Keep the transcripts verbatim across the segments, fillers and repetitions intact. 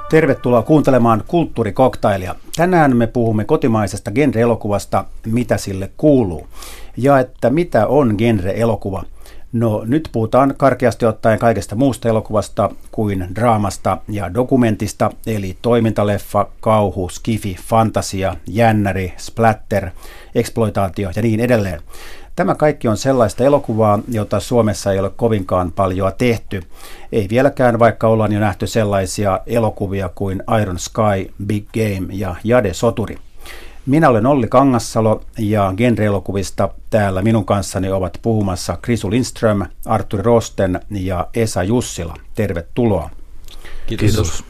Tervetuloa kuuntelemaan Kulttuurikoktailia. Tänään me puhumme kotimaisesta genre-elokuvasta, mitä sille kuuluu. Ja että mitä on genre-elokuva? No nyt puhutaan karkeasti ottaen kaikesta muusta elokuvasta kuin draamasta ja dokumentista, eli toimintaleffa, kauhu, skifi, fantasia, jännäri, splatter, exploitaatio ja niin edelleen. Tämä kaikki on sellaista elokuvaa, jota Suomessa ei ole kovinkaan paljoa tehty. Ei vieläkään, vaikka ollaan jo nähty sellaisia elokuvia kuin Iron Sky, Big Game ja Jade Soturi. Minä olen Olli Kangassalo ja genre-elokuvista täällä minun kanssani ovat puhumassa Krisu Lindström, Arturi Rosten ja Esa Jussila. Tervetuloa. Kiitos.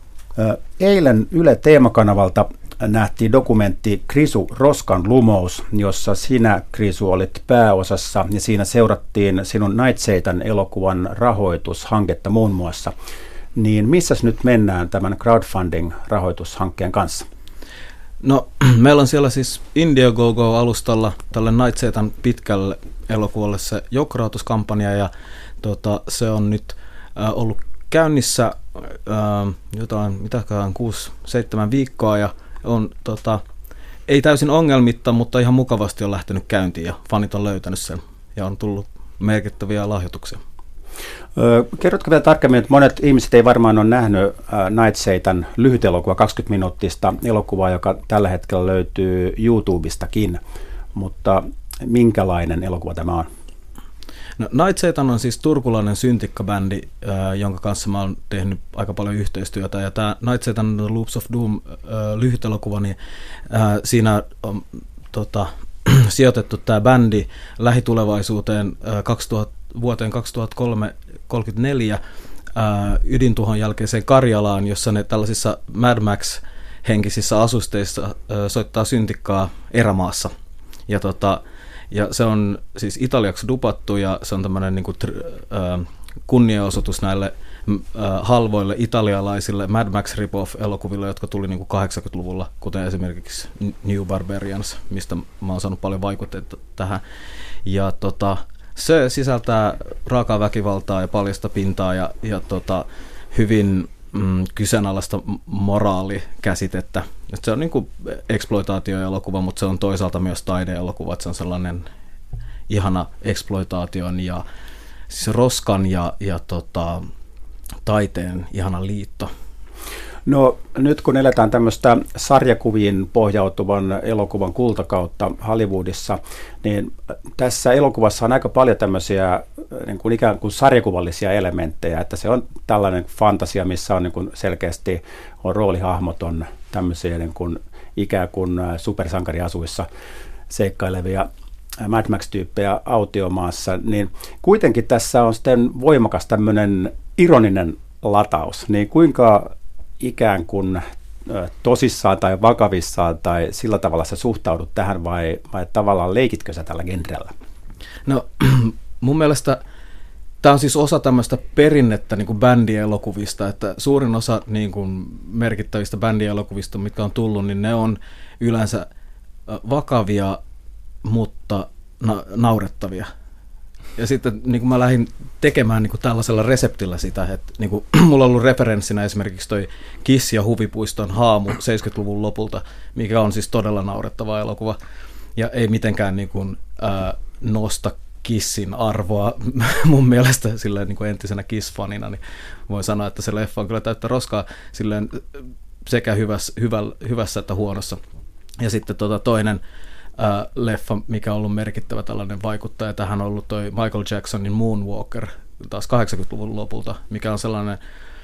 Eilen Yle Teemakanavalta nähtiin dokumentti Krisu Roskan lumous, jossa sinä, Krisu, olit pääosassa ja siinä seurattiin sinun Night Satan elokuvan rahoitushanketta muun muassa. Niin missäs nyt mennään tämän crowdfunding-rahoitushankkeen kanssa? No, meillä on siellä siis Indiegogo-alustalla tälle Night Satan pitkälle elokuvalle se joukkorahoituskampanja ja tota, se on nyt äh, ollut käynnissä äh, jotain, mitäkään, kuusi seitsemän viikkoa ja on tota, ei täysin ongelmitta, mutta ihan mukavasti on lähtenyt käyntiin ja fanit on löytänyt sen ja on tullut merkittäviä lahjoituksia. Öö, kerrotko vielä tarkemmin, että monet ihmiset ei varmaan ole nähnyt äh, Night Satan lyhyt elokuva, kaksikymmentä minuuttista elokuvaa, joka tällä hetkellä löytyy YouTubestakin, mutta minkälainen elokuva tämä on? No, Night Satan on siis turkulainen syntikkabändi, äh, jonka kanssa mä oon tehnyt aika paljon yhteistyötä, ja tämä Night Satan The Loops of Doom äh, lyhyt elokuva, niin äh, siinä on tota, sijoitettu tämä bändi lähitulevaisuuteen äh, kaksituhatta, vuoteen kaksituhattakolmekymmentäneljä äh, ydintuhon jälkeiseen Karjalaan, jossa ne tällaisissa Mad Max-henkisissä asusteissa äh, soittaa syntikkaa erämaassa. Ja tota, Ja se on siis italiaksi dupattu ja se on tämmöinen niin kuin tr- äh, kunniaosoitus näille äh, halvoille italialaisille Mad Max rip-off-elokuville, jotka tuli niin kuin kahdeksankymmentäluvulla, kuten esimerkiksi New Barbarians, mistä mä oon saanut paljon vaikutteita tähän. Ja tota, se sisältää raakaa väkivaltaa ja paljasta pintaa ja, ja tota, hyvin mm, kyseenalaista moraalikäsitettä. Et se on niin kuin exploitaatio-elokuva, mutta se on toisaalta myös taide-elokuva. Se on sellainen ihana exploitaation ja siis roskan ja, ja tota, taiteen ihana liitto. No nyt kun eletään tämmöistä sarjakuviin pohjautuvan elokuvan kultakautta Hollywoodissa, niin tässä elokuvassa on aika paljon tämmöisiä niin kuin ikään kuin sarjakuvallisia elementtejä, että se on tällainen fantasia, missä on niin kuin selkeästi on roolihahmoton tämmöisiä niin kuin ikään kuin supersankariasuissa seikkailevia Mad Max-tyyppejä autiomaassa, niin kuitenkin tässä on sitten voimakas tämmöinen ironinen lataus, niin kuinka ikään kuin tosissaan tai vakavissaan tai sillä tavalla sä suhtaudut tähän vai, vai tavallaan leikitkö sä tällä genrellä? No mun mielestä tämä on siis osa tämmöistä perinnettä niin kuin bändielokuvista, että suurin osa niin kuin merkittävistä bändielokuvista, mitkä on tullut, niin ne on yleensä vakavia, mutta na- naurettavia. Ja sitten niin kuin mä lähdin tekemään niin kuin tällaisella reseptillä sitä, että niin kuin, mulla on ollut referenssinä esimerkiksi toi Kiss ja Huvipuiston haamu seitsemänkymmentäluvun lopulta, mikä on siis todella naurettava elokuva ja ei mitenkään niin kuin, ää, nosta Kissin arvoa mun mielestä silleen, niin kuin entisenä Kiss-fanina, niin voin sanoa, että se leffa on kyllä täyttä roskaa silleen, sekä hyvässä, hyvällä, hyvässä että huonossa. Ja sitten tota, toinen ää, leffa, mikä on ollut merkittävä tällainen vaikuttaja, tähän on ollut toi Michael Jacksonin Moonwalker taas kahdeksankymmentäluvun lopulta, mikä on sellainen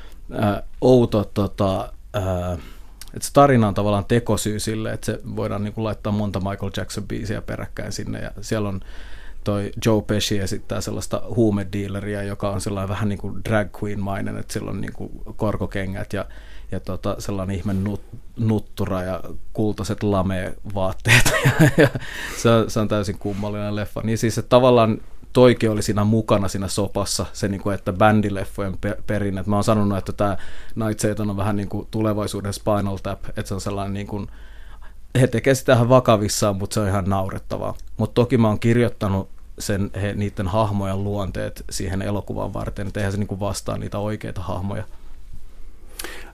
ää, outo, tota, ää, että se tarina on tavallaan tekosyy sille, että se voidaan niin kuin laittaa monta Michael Jackson-biisiä peräkkäin sinne, ja siellä on toi Joe Pesci esittää sellaista huumedealeria, joka on sellainen vähän niin kuin drag queen-mainen, että sillä on niin kuin korkokengät ja, ja tota, sellainen ihme nut, nuttura ja kultaiset lame-vaatteet. ja, ja se, on, se on täysin kummallinen leffa. Niin siis, että tavallaan toikin oli siinä mukana siinä sopassa, se niin kuin, että bändileffojen perinne. Mä oon sanonut, että tämä Night Satan on vähän niin kuin tulevaisuuden Spinal Tap, että se on sellainen niin kuin, he tekevät sitä ihan vakavissaan, mutta se on ihan naurettavaa. Mutta toki mä oon kirjoittanut sen, he, niiden hahmojen luonteet siihen elokuvan varten, että eihän se niinku vastaa niitä oikeita hahmoja.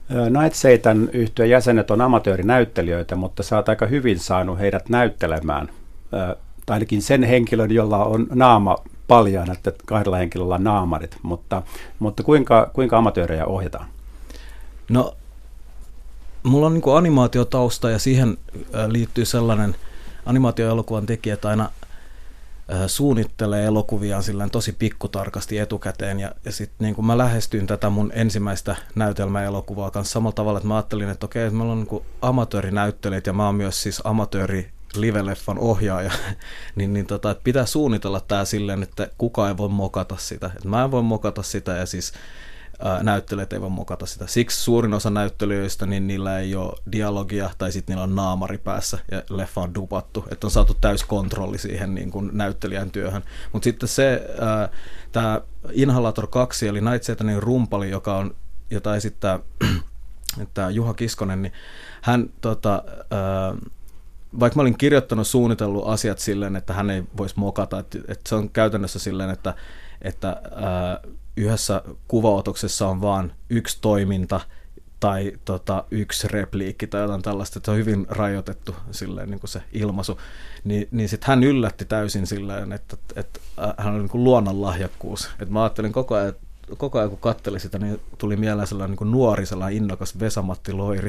Night Satan -yhtyeen jäsenet on amatöörinäyttelijöitä, mutta sä oot aika hyvin saanut heidät näyttelemään. Tai ainakin sen henkilön, jolla on naama paljaana, että kahdella henkilöllä on naamarit. Mutta, mutta kuinka, kuinka amatöörejä ohjataan? No, mulla on niin kuin animaatiotausta ja siihen liittyy sellainen animaatioelokuvan tekijä, että aina suunnittelee elokuvia silleen tosi pikkutarkasti etukäteen ja, ja sitten niin mä lähestyin tätä mun ensimmäistä näytelmäelokuvaa kanssa samalla tavalla, että mä ajattelin, että okei, meillä on niin amatöörinäyttelijät ja mä oon myös siis amatööri live-leffan ohjaaja, niin, niin tota, että pitää suunnitella tää silleen, että kukaan ei voi mokata sitä, että mä en voi mokata sitä ja siis ää, näyttelijät ei voi mokata sitä. Siksi suurin osa näyttelijöistä, niin niillä ei ole dialogia tai sitten niillä on naamari päässä ja leffa on dupattu, että on saatu täyskontrolli siihen niin kuin näyttelijän työhön. Mutta sitten se, tämä Inhalator kaksi, eli Night Satanin rumpali, joka on, jota esittää että Juha Kiskonen, niin hän tota, ää, vaikka mä olin kirjoittanut, suunnitellut asiat silleen, että hän ei voisi mokata, että, että se on käytännössä silleen, että, että ää, yhdessä kuvaotoksessa on vaan yksi toiminta tai tota, yksi repliikki tai jotain tällaista, että se on hyvin rajoitettu silleen, niin kuin se ilmaisu, Ni, niin sitten hän yllätti täysin silleen, että, että hän oli niin kuin luonnonlahjakkuus. Et mä ajattelin koko ajan, koko ajan kun katselin sitä, niin tuli mieleen sellainen niin kuin nuori, sellainen innokas Vesa-Matti Loiri.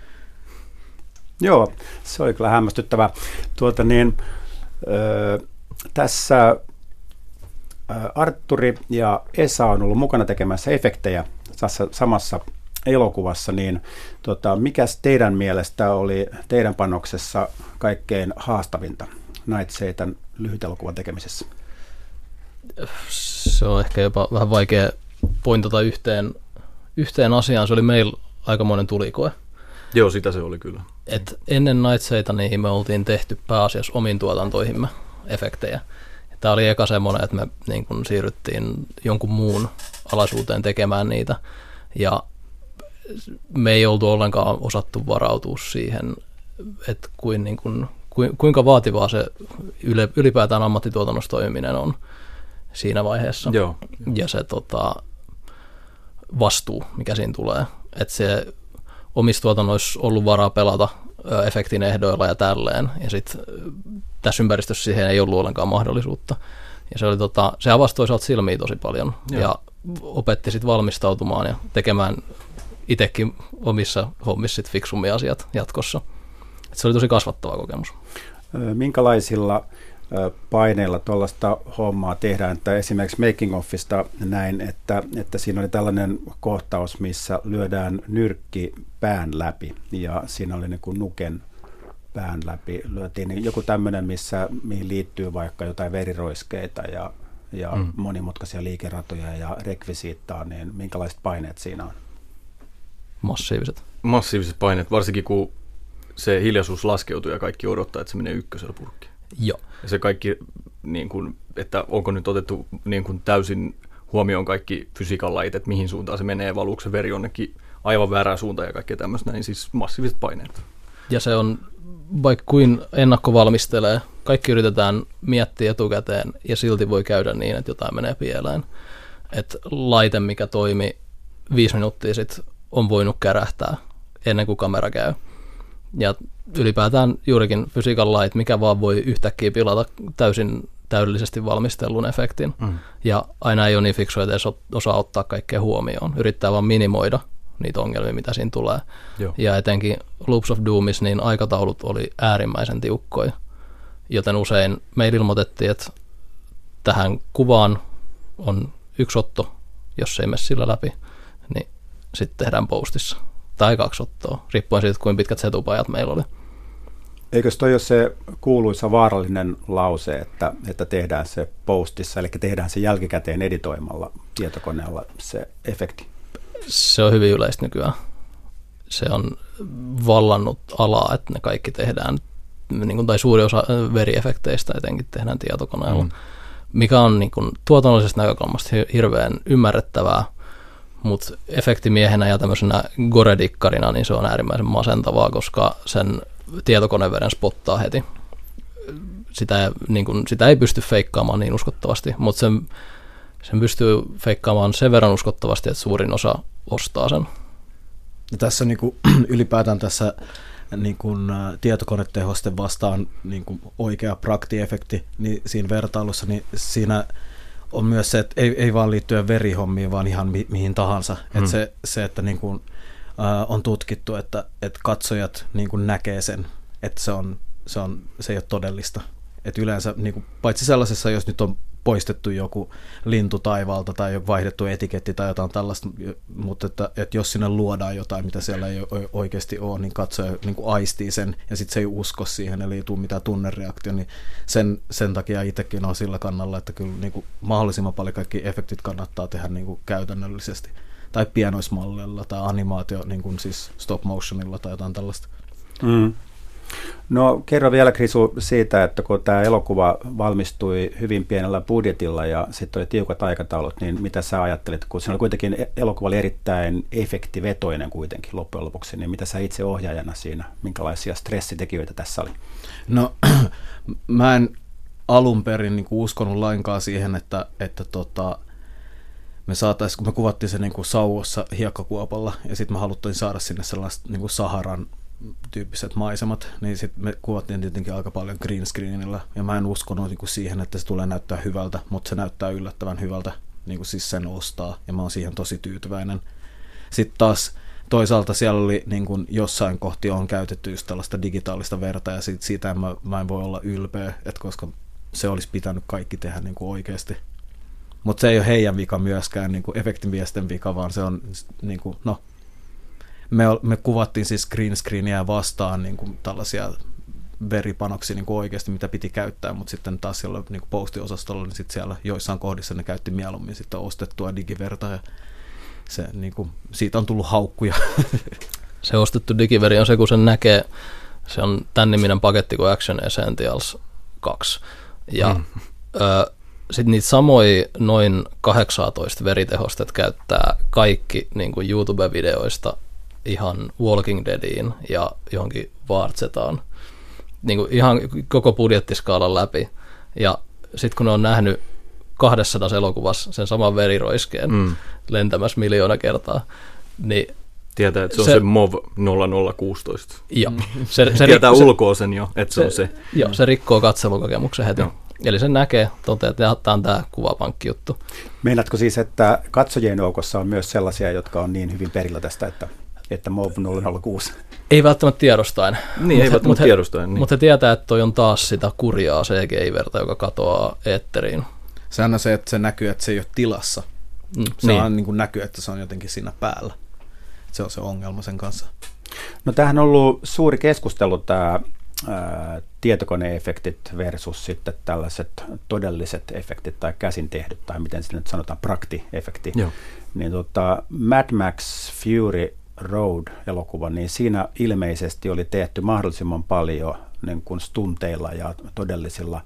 Joo, se oli kyllä hämmästyttävää. Tuota niin, ö, tässä Artturi ja Esa on ollut mukana tekemässä efektejä tässä samassa elokuvassa, niin tota, mikäs teidän mielestä oli teidän panoksessa kaikkein haastavinta Night Satan lyhytelokuvan tekemisessä? Se on ehkä jopa vähän vaikea pointata yhteen, yhteen asiaan. Se oli meillä aikamoinen tulikoe. Joo, sitä se oli kyllä. Et ennen Night Satania me oltiin tehty pääasiassa omiin tuotantoihimme efektejä. Tämä oli eka semmoinen, että me niin kun siirryttiin jonkun muun alaisuuteen tekemään niitä, ja me ei oltu ollenkaan osattu varautua siihen, että kuin, niin kun, kuinka vaativaa se ylipäätään ammattituotannossa toimiminen on siinä vaiheessa. Joo. Ja se tota, vastuu, mikä siinä tulee. Että se omissa tuotannoissa ollut varaa pelata efektin ehdoilla ja tälleen, ja sitten tässä ympäristössä siihen ei ollut ollenkaan mahdollisuutta. Ja se, oli tota, se avasi toisaalta silmiä tosi paljon, Joo. ja opetti sitten valmistautumaan ja tekemään itsekin omissa hommissa sit fiksummia asiat jatkossa. Et se oli tosi kasvattava kokemus. Minkälaisilla paineilla tuollaista hommaa tehdään, että esimerkiksi Making Offista näin, että, että siinä oli tällainen kohtaus, missä lyödään nyrkki pään läpi, ja siinä oli niin kuin nuken pään läpi lyötiin, niin joku tämmöinen, missä, mihin liittyy vaikka jotain veriroiskeita ja, ja mm. monimutkaisia liikeratoja ja rekvisiittaa, niin minkälaiset paineet siinä on? Massiiviset. Massiiviset paineet, varsinkin kun se hiljaisuus laskeutuu ja kaikki odottaa, että se menee ykkösellä purkkiin. Joo. Ja se kaikki, niin kuin, että onko nyt otettu niin kuin täysin huomioon kaikki fysiikan lait, että mihin suuntaan se menee, valuuko se veri jonnekin aivan väärään suuntaan ja kaikkea tämmöistä, niin siis massiiviset paineet. Ja se on, vaikka kuin ennakkovalmistelee, kaikki yritetään miettiä etukäteen ja silti voi käydä niin, että jotain menee pieleen. Että laite, mikä toimi viisi minuuttia sitten, on voinut kärähtää ennen kuin kamera käy. Ja ylipäätään juurikin fysiikan lait, mikä vaan voi yhtäkkiä pilata täysin täydellisesti valmistellun efektin. Mm. Ja aina ei ole niin fiksu, että edes osaa ottaa kaikkea huomioon. Yrittää vaan minimoida niitä ongelmia, mitä siinä tulee. Joo. Ja etenkin Loops of Doomissa niin aikataulut oli äärimmäisen tiukkoja. Joten usein meillä ilmoitettiin, että tähän kuvaan on yksi otto, jos ei mene sillä läpi, niin sitten tehdään postissa. Tai kaksi ottoa, riippuen siitä, kuinka pitkät setupajat meillä oli. Eikös toi ole se kuuluisa vaarallinen lause, että, että tehdään se postissa, eli tehdään se jälkikäteen editoimalla tietokoneella se efekti? Se on hyvin yleistä nykyään. Se on vallannut alaa, että ne kaikki tehdään, niin kuin, tai suuri osa veriefekteistä etenkin tehdään tietokoneella, mm. mikä on niin kuin, tuotannollisesta näkökulmasta hirveän ymmärrettävää, mutta efektimiehenä ja tämmöisenä gore-dikkarina niin se on äärimmäisen masentavaa, koska sen tietokoneveren spottaa heti. Sitä, niin kun, sitä ei pysty feikkaamaan niin uskottavasti, mutta sen, sen pystyy feikkaamaan sen verran uskottavasti, että suurin osa ostaa sen. Ja tässä niin kuin, ylipäätään tässä niin kuin, tietokonetehosten vastaan niin kuin oikea prakti-efekti niin siinä vertailussa, niin siinä on myös se, että ei, ei vaan liittyä verihommiin, vaan ihan mi- mihin tahansa. Hmm. Että se, se, että niin kuin, äh, on tutkittu, että, että katsojat niin kuin näkee sen, että se, on, se, on, se ei ole todellista. Että yleensä, niin kuin, paitsi sellaisessa, jos nyt on poistettu joku lintu taivaalta tai vaihdettu etiketti tai jotain tällaista, mutta että, että jos sinne luodaan jotain, mitä siellä ei oikeasti ole, niin katsoja niin kuin aistii sen ja sitten se ei usko siihen, eli ei tule mitään tunnereaktio, niin sen, sen takia itsekin on sillä kannalla, että kyllä niin kuin mahdollisimman paljon kaikki efektit kannattaa tehdä niin kuin käytännöllisesti tai pienoismalleilla tai animaatio, niin kuin siis stop motionilla tai jotain tällaista. Mm. No kerro vielä, Krisu, siitä, että kun tämä elokuva valmistui hyvin pienellä budjetilla ja sitten oli tiukat aikataulut, niin mitä sä ajattelit, kun siinä oli kuitenkin elokuva oli erittäin efektivetoinen kuitenkin loppujen lopuksi, niin mitä sä itse ohjaajana siinä, minkälaisia stressitekijöitä tässä oli? No mä en alun perin niin kuin uskonut lainkaan siihen, että, että tota, me saataisiin, kun me kuvattiin se niin kuin Sauvossa hiekkakuopalla ja sitten me haluttiin saada sinne sellaista niin kuin Saharan tyyppiset maisemat, niin sitten me kuvattiin tietenkin aika paljon green screenillä, ja mä en uskonut niin kuin siihen, että se tulee näyttää hyvältä, mutta se näyttää yllättävän hyvältä, niin kuin siis sen ostaa, ja mä oon siihen tosi tyytyväinen. Sitten taas toisaalta siellä oli niin kuin jossain kohti on käytetty just tällaista digitaalista verta, ja siitä, siitä en mä, mä en voi olla ylpeä, että koska se olisi pitänyt kaikki tehdä niin kuin oikeasti. Mutta se ei ole heidän vika myöskään, niin kuin efektimiesten vika, vaan se on niin kuin, no, Me, me kuvattiin siis green screeniä vastaan niin kuin tällaisia veripanoksia niin kuin oikeasti, mitä piti käyttää, mutta sitten taas siellä niin kuin postiosastolla, niin sitten siellä joissain kohdissa ne käytti mieluummin sitten ostettua digiverta, ja se, niin kuin, siitä on tullut haukkuja. Se ostettu digiveri on se, kun sen näkee, se on tämän niminen paketti kuin Action Essentials kaksi, ja mm. sitten niitä samoja noin kahdeksantoista veritehostet käyttää kaikki niin kuin YouTube-videoista ihan Walking Deadiin ja johonkin Vartsetaan. Niin kuin ihan koko budjettiskaalan läpi. Ja sitten kun ne on nähnyt kaksisataa elokuvassa sen saman veriroiskeen mm. lentämässä miljoona kertaa, niin tietää, että se on se, se M O V nolla nolla kuusitoista. Joo. Se, se tietää rik- ulkoa sen jo, että se, se on se. Joo, se rikkoo katselukokemuksen heti. No. Eli sen näkee, toteaa, että tämä on tämä kuvapankki-juttu. Meinaatko siis, että katsojien joukossa on myös sellaisia, jotka on niin hyvin perillä tästä, että, että M O V nolla nolla kuusi? Ei välttämättä tiedostaen. Niin, ei välttämättä tiedostaen. Niin. Mutta he tietää, että toi on taas sitä kurjaa C G I-verta, joka katoaa eetteriin. Sehän on se, että se näkyy, että se ei ole tilassa. Mm, se niin. on niin kuin näkyy, että se on jotenkin siinä päällä. Se on se ongelma sen kanssa. No tämähän on ollut suuri keskustelu tämä ää, tietokoneefektit versus sitten tällaiset todelliset efektit tai käsin tehdyt tai miten se nyt sanotaan, prakti-efekti. Joo. Niin tota, Mad Max Fury Road-elokuva, niin siinä ilmeisesti oli tehty mahdollisimman paljon niin kuin stunteilla ja todellisilla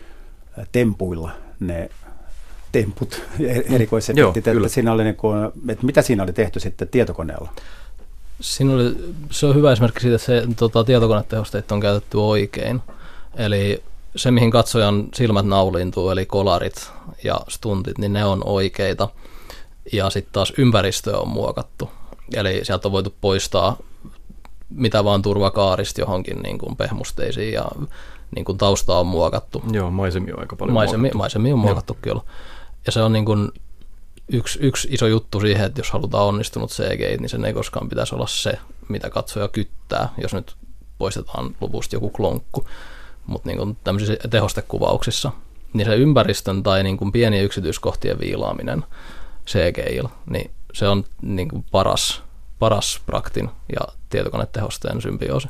tempuilla ne temput, erikoisefektit, että siinä oli niin kuin, että mitä siinä oli tehty sitten tietokoneella? Siinä oli, se on hyvä esimerkki siitä, että se tota, tietokonetehosteet on käytetty oikein. Eli se, mihin katsojan silmät nauliintuu, eli kolarit ja stuntit, niin ne on oikeita. Ja sitten taas ympäristöä on muokattu. Eli sieltä on voitu poistaa mitä vaan turvakaarista johonkin niin kuin pehmusteisiin ja niin kuin taustaa on muokattu. Joo, maisemia on aika paljon Maisemi, muokattu. Maisemia on muokattu kyllä. Ja se on niin kuin yksi, yksi iso juttu siihen, että jos halutaan onnistunut C G I, niin sen ei koskaan pitäisi olla se, mitä katsoja kyttää, jos nyt poistetaan luvusta joku klonkku. Mutta niin tämmöisissä tehostekuvauksissa, niin se ympäristön tai niin kuin pienien yksityiskohtien viilaaminen C G I, niin se on niin kuin paras, paras praktin ja tietokonetehosteen symbioosi.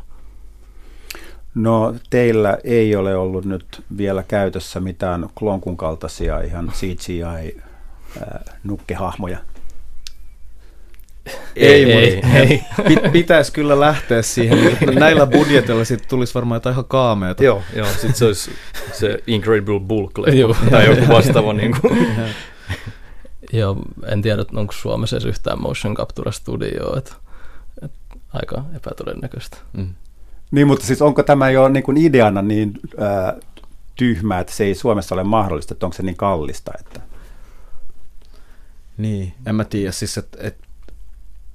No teillä ei ole ollut nyt vielä käytössä mitään klonkun kaltaisia ihan C G I-nukkehahmoja. Ei, ei, ei. Pitäisi kyllä lähteä siihen. Näillä budjetilla sitten tulisi varmaan jotain ihan kaameata. Joo, joo. Sitten se olisi se Incredible Bulk tai joku vastaava. Niin kuin. Joo, en tiedä, onko Suomessa edes yhtään motion capture studioa, että, että aika epätodennäköistä. Mm. Niin, mutta siis onko tämä jo niin kuin ideana niin äh, tyhmä, että se ei Suomessa ole mahdollista, että onko se niin kallista? Että... Niin, en mä tiedä. Siis, että, että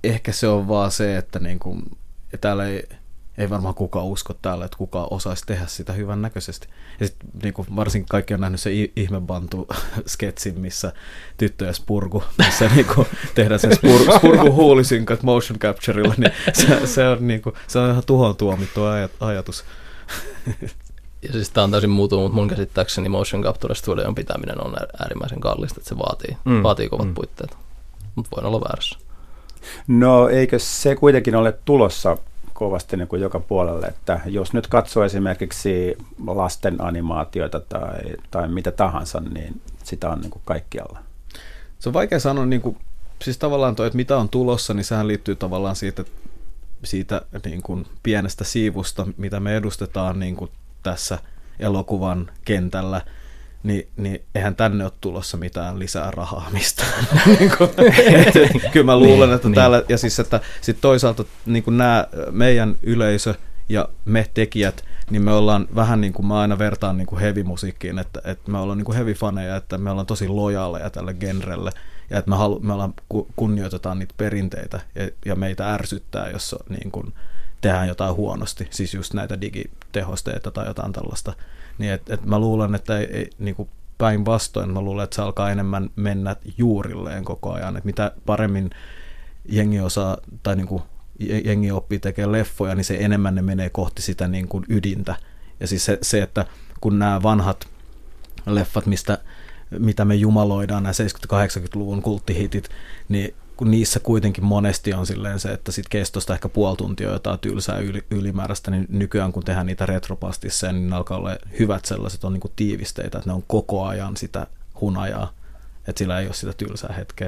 ehkä se on vaan se, että niin kuin, täällä ei, ei varmaan kukaan usko täällä, että kukaan osaisi tehdä sitä hyvän näköisesti. Ja sit, niin kuin varsinkin kaikki on nähnyt se ihmebantu-sketsin, missä tyttö ja spurgu, missä niin kuin, tehdään sen spur, spurgu huulisynkat motion capturella, niin se, se, on, niin kuin, se on ihan tuhoon tuomittu ajatus. Ja siis tämä on täysin muutu, mutta mun käsittääkseni motion capture studion pitäminen on äärimmäisen kallista, että se vaatii, mm. vaatii kovat mm. puitteet, mutta voin olla väärässä. No eikö se kuitenkin ole tulossa kovasti niin kuin joka puolelle, että jos nyt katsoo esimerkiksi lasten animaatioita tai, tai mitä tahansa, niin sitä on niin kuin kaikkialla. Se on vaikea sanoa, niin kuin, siis tavallaan toi, että mitä on tulossa, niin sehän liittyy tavallaan siitä, siitä niin kuin pienestä siivusta, mitä me edustetaan niin kuin tässä elokuvan kentällä, niin, niin eihän tänne ole tulossa mitään lisää rahaa mistään. Kyllä mä luulen, että niin, täällä, ja siis että sit toisaalta niin kuin nämä meidän yleisö ja me tekijät, niin me ollaan vähän niin kuin mä aina vertaan niin kuin heavy-musiikkiin, että, että me ollaan niin kuin heavy-faneja, että me ollaan tosi lojaaleja tälle genrelle, ja että me, halu, me ollaan, kunnioitetaan niitä perinteitä, ja, ja meitä ärsyttää, jos niin kuin tehdään jotain huonosti, siis just näitä digitehosteita tai jotain tällaista. Niin et, et mä luulen, että ei, ei, niinku päinvastoin, mä luulen, että se alkaa enemmän mennä juurilleen koko ajan. Et mitä paremmin jengi osaa, tai niinku jengi oppii tekemään leffoja, niin se enemmän ne menee kohti sitä niinku ydintä. Ja siis se, se, että kun nämä vanhat leffat, mistä, mitä me jumaloidaan, nämä seitsemänkymmentä-kahdeksankymmentäluvun kulttihitit, niin kun niissä kuitenkin monesti on silleen se, että sit kestosta ehkä puoli tuntia jotain tylsää yli, ylimääräistä, niin nykyään kun tehdään niitä retropastissa, niin ne alkaa olla hyvät sellaiset, on niinku tiivisteitä, että ne on koko ajan sitä hunajaa, että sillä ei ole sitä tylsää hetkeä.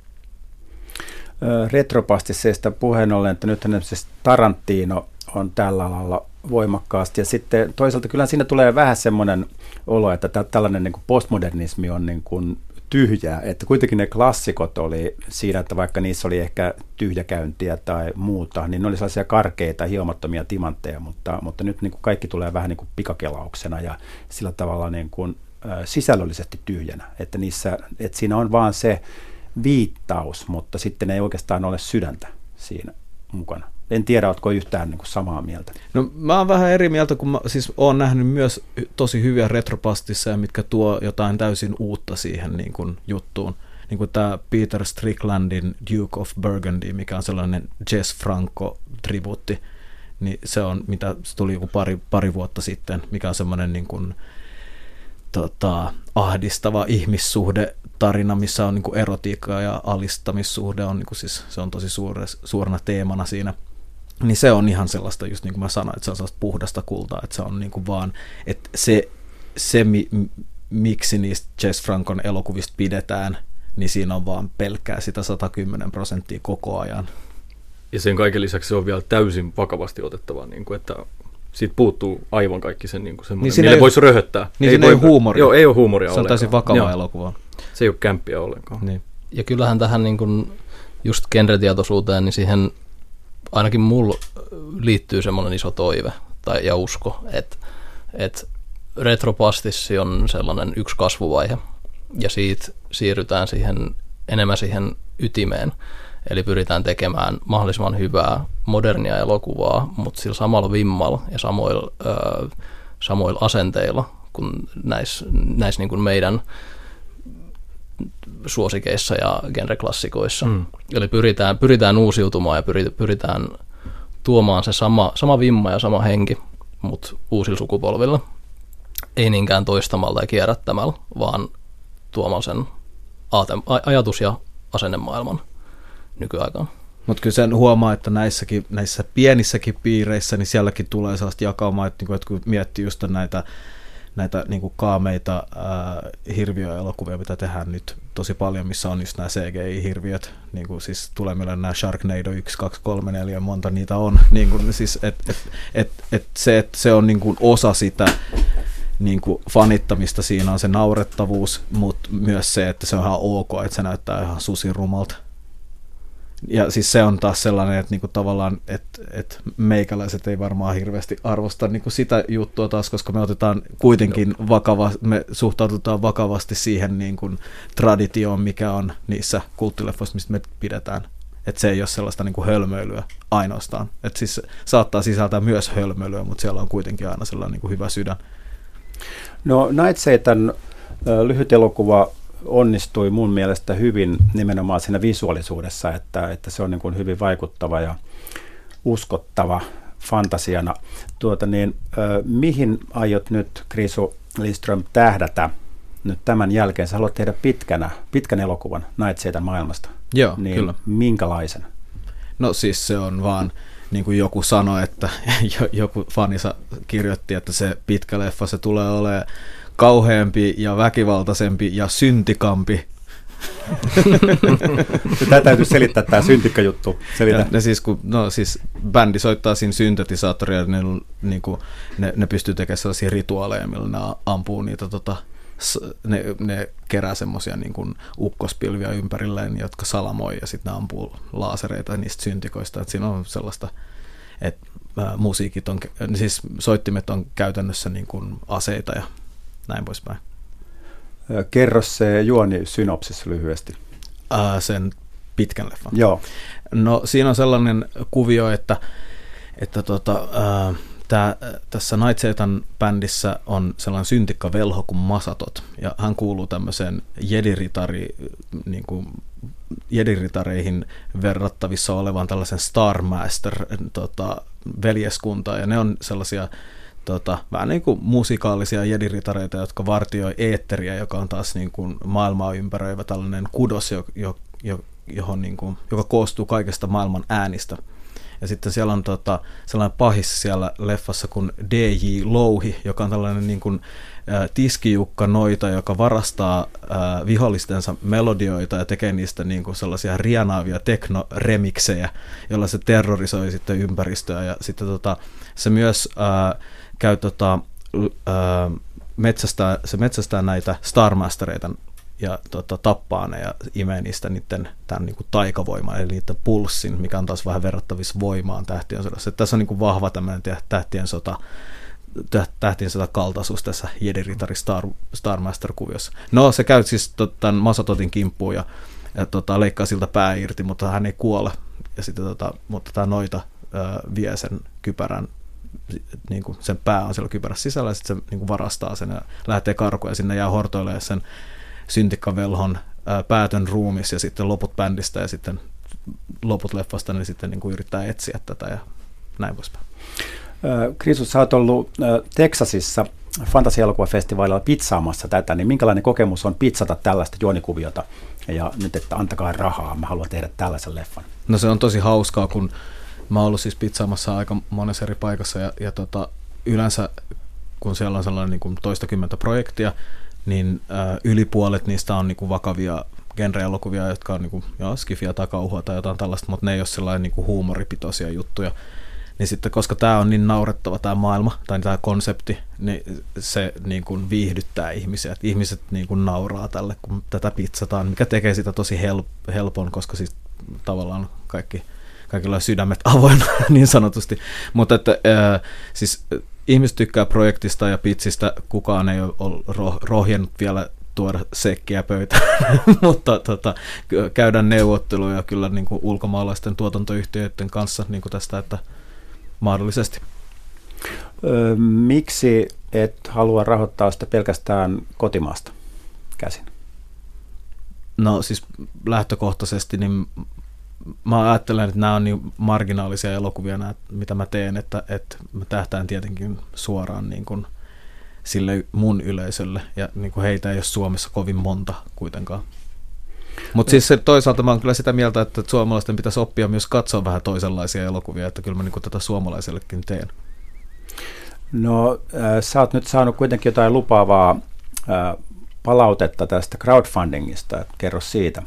Retropastisseista puheen ollen, että nythän esimerkiksi Tarantino on tällä alalla voimakkaasti, ja sitten toisaalta kyllä siinä tulee vähän semmoinen olo, että tällainen niin kuin postmodernismi on niin kuin tyhjää, että kuitenkin ne klassikot oli siinä, että vaikka niissä oli ehkä tyhjäkäyntiä tai muuta, niin ne oli sellaisia karkeita, hiomattomia timantteja, mutta, mutta nyt niin kuin kaikki tulee vähän niin kuin pikakelauksena ja sillä tavalla niin kuin, ä, sisällöllisesti tyhjänä, että, niissä, että siinä on vaan se viittaus, mutta sitten ei oikeastaan ole sydäntä siinä mukana. En tiedä, oletko yhtään niin kuin samaa mieltä. No mä oon vähän eri mieltä, kun mä siis oon nähnyt myös tosi hyviä retropastisseja, mitkä tuo jotain täysin uutta siihen niin kuin juttuun. Niin kuin tämä Peter Stricklandin Duke of Burgundy, mikä on sellainen Jess Franco-tribuutti, niin se on, mitä se tuli joku pari, pari vuotta sitten, mikä on semmoinen niin kuin, tota, ahdistava ihmissuhde tarina, missä on niin kuin erotiikkaa ja alistamissuhde, on, niin kuin siis, se on tosi suure, suurena teemana siinä. Niin se on ihan sellaista, just niin kuin mä sanoin, että se on sellaista puhdasta kultaa, että se on niin kuin vaan, että se, se mi, miksi niistä Jess Francon elokuvista pidetään, niin siinä on vaan pelkkää sitä sata kymmenen prosenttia koko ajan. Ja sen kaiken lisäksi se on vielä täysin vakavasti otettavaa, niin kuin, että siitä puuttuu aivan kaikki sen niin kuin semmoinen, niin millä voisi röhöttää. Niin ei, voi, ei ole huumoria. Joo, ei ole huumoria se ollenkaan. Se on täysin vakava elokuva. Se ei ole kämppiä ollenkaan. Niin. Ja kyllähän tähän niin kuin just genretietoisuuteen, niin siihen ainakin mulla liittyy semmoinen iso toive tai, ja usko, että, että retropastissi on sellainen yksi kasvuvaihe ja siitä siirrytään siihen, enemmän siihen ytimeen. Eli pyritään tekemään mahdollisimman hyvää modernia elokuvaa, mutta sillä samalla vimmalla ja samoilla, ö, samoilla asenteilla kuin näissä näis niin kuin meidän suosikeissa ja genreklassikoissa. Mm. Eli pyritään, pyritään uusiutumaan ja pyritään tuomaan se sama, sama vimma ja sama henki, mutta uusilla sukupolvilla. Ei niinkään toistamalla ja kierrättämällä, vaan tuomaan sen ajatus- ja asennemaailman nykyaikaan. Mutta kyllä sen huomaa, että näissäkin, näissä pienissäkin piireissä, niin sielläkin tulee sellaista jakaumaa, että, että kun miettii just näitä, näitä niin kuin kaameita ää, hirviöelokuvia, mitä tehdään nyt tosi paljon, missä on just nämä C G I-hirviöt, niin kuin siis tulee meille nämä Sharknado yksi, kaksi, kolme, neljä, monta niitä on, niin kuin, siis, et, et, et, et se, että se on niin kuin osa sitä niin kuin fanittamista, siinä on se naurettavuus, mutta myös se, että se on ihan ok, että se näyttää ihan susirumalta. Ja siis se on taas sellainen, että niinku tavallaan, että, että meikäläiset ei varmaan hirveästi arvosta niinku sitä juttua taas, koska me otetaan kuitenkin vakava, me suhtaudutaan vakavasti siihen niinku traditioon, mikä on niissä kulttileffoissa, mistä me pidetään. Että se ei ole sellaista niin kuin hölmöilyä ainoastaan. Että siis saattaa sisältää myös hölmöilyä, mutta siellä on kuitenkin aina sellainen niin kuin hyvä sydän. No Night Satan lyhyt elokuva onnistui mun mielestä hyvin nimenomaan siinä visuaalisuudessa, että, että se on niin kuin hyvin vaikuttava ja uskottava fantasiana. Tuota niin, mihin aiot nyt, Krisu Lidström, tähdätä nyt tämän jälkeen? Sä haluat tehdä pitkänä, pitkän elokuvan Night Satan maailmasta. Joo, niin kyllä. Minkälaisen? No siis se on vaan, niin kuin joku sanoi, että joku fanisa kirjoitti, että se pitkä leffa, se tulee olemaan kauheampi ja väkivaltaisempi ja syntikampi. Tämä täytyy selittää, tämä syntikkajuttu. Selitä. Ne siis, kun, no siis bändi soittaa siinä syntetisaattoria, ja ne, niin kuin, ne, ne pystyy tekemään sellaisia rituaaleja, millä ne ampuu niitä, tota, ne, ne kerää semmoisia niin kuin ukkospilviä ympärilleen, jotka salamoi, ja sitten ne ampuu laasereita niistä syntikoista. Et siinä on sellaista, että musiikit on, siis soittimet on käytännössä niin kuin aseita ja näin poispäin. Kerro se juoni synopsis lyhyesti. Ää, sen pitkän leffan. Joo. No siinä on sellainen kuvio, että, että tota, ää, tää, tässä Night Satan bändissä on sellainen syntikkavelho kuin Masatot, ja hän kuuluu tämmöiseen jediritari, niin kuin jediritareihin verrattavissa olevan tällaisen Star Master tota, veljeskuntaan, ja ne on sellaisia Tota, vähän niin kuin musikaalisia jediritareita, jotka vartioi eetteriä, joka on taas niin kuin maailmaa ympäröivä tällainen kudos, jo, jo, jo, johon niin kuin, joka koostuu kaikesta maailman äänistä. Ja sitten siellä on tota, sellainen pahis siellä leffassa kuin D J Louhi, joka on tällainen niin kuin, ä, tiskijukka noita, joka varastaa ä, vihollistensa melodioita ja tekee niistä niin kuin sellaisia rienaavia teknoremiksejä, joilla se terrorisoi sitten ympäristöä. Ja sitten tota, se myös ä, käy tota, ä, metsästää, se metsästää näitä Starmastereita ja tota, tappaa ne ja imee niistä niiden tämän niin kuin taikavoiman, eli niiden pulssin, mikä on taas vähän verrattavissa voimaan Tähtien sodassa. Että tässä on niin kuin vahva tämmöinen Tähtien sota, Tähtien sota kaltaisuus tässä Jedi-ritari Star, Starmaster-kuviossa. No se käy siis tämän Masatotin kimppuun ja, ja tota, leikkaa siltä pää irti, mutta hän ei kuole. Ja sitten, tota, mutta tämä noita ää, vie sen kypärän, niin kuin sen pää on siellä kypärässä sisällä ja sitten se niin kuin varastaa sen ja lähtee karkuun ja sinne jää hortoilemaan sen syntikkavelhon ää, päätön ruumis ja sitten loput bändistä ja sitten loput leffasta, niin sitten niin kuin yrittää etsiä tätä ja näin poispäin. Krisu, sä oot ollut Teksasissa fantasia-elokuvafestivaalilla pizzaamassa tätä, niin minkälainen kokemus on pizzata tällaista juonikuviota ja nyt, että antakaa rahaa, mä haluan tehdä tällaisen leffan? No se on tosi hauskaa, kun mä oon ollut siis pizzaamassa aika monessa eri paikassa ja, ja tota, yleensä kun siellä on sellainen niin kuin toistakymmentä projektia, niin ää, yli puolet niistä on niin kuin vakavia genre-elokuvia, jotka on niin kuin, joo, skifiä, takauhua tai jotain tällaista, mutta ne ei ole sellainen niin kuin huumoripitoisia juttuja. Niin sitten, koska tämä on niin naurettava tämä maailma tai tämä konsepti, niin se niin kuin viihdyttää ihmisiä. Et ihmiset niin kuin nauraa tälle, kun tätä pizzataan, mikä tekee sitä tosi help- helpon, koska siis tavallaan kaikki, kaikilla on sydämet avoinna niin sanotusti. Mutta että ää, siis ihmiset tykkää projektista ja pizzistä, kukaan ei ole rohjennut vielä tuoda sekkiä pöytään, mutta tota, käydään neuvotteluja kyllä niin kuin ulkomaalaisten tuotantoyhtiöiden kanssa niin kuin tästä, että mahdollisesti. Öö, miksi et halua rahoittaa sitä pelkästään kotimaasta käsin? No siis lähtökohtaisesti niin mä ajattelen, että nämä on niin marginaalisia elokuvia, nämä, mitä mä teen, että, että mä tähtään tietenkin suoraan niin kuin sille mun yleisölle, ja niin kuin heitä ei ole Suomessa kovin monta kuitenkaan. Mutta siis se, toisaalta mä oon kyllä sitä mieltä, että suomalaisten pitäisi oppia myös katsoa vähän toisenlaisia elokuvia, että kyllä mä niin kuin tätä suomalaisellekin teen. No äh, sä oot nyt saanut kuitenkin jotain lupaavaa äh, palautetta tästä crowdfundingista, kerro siitä.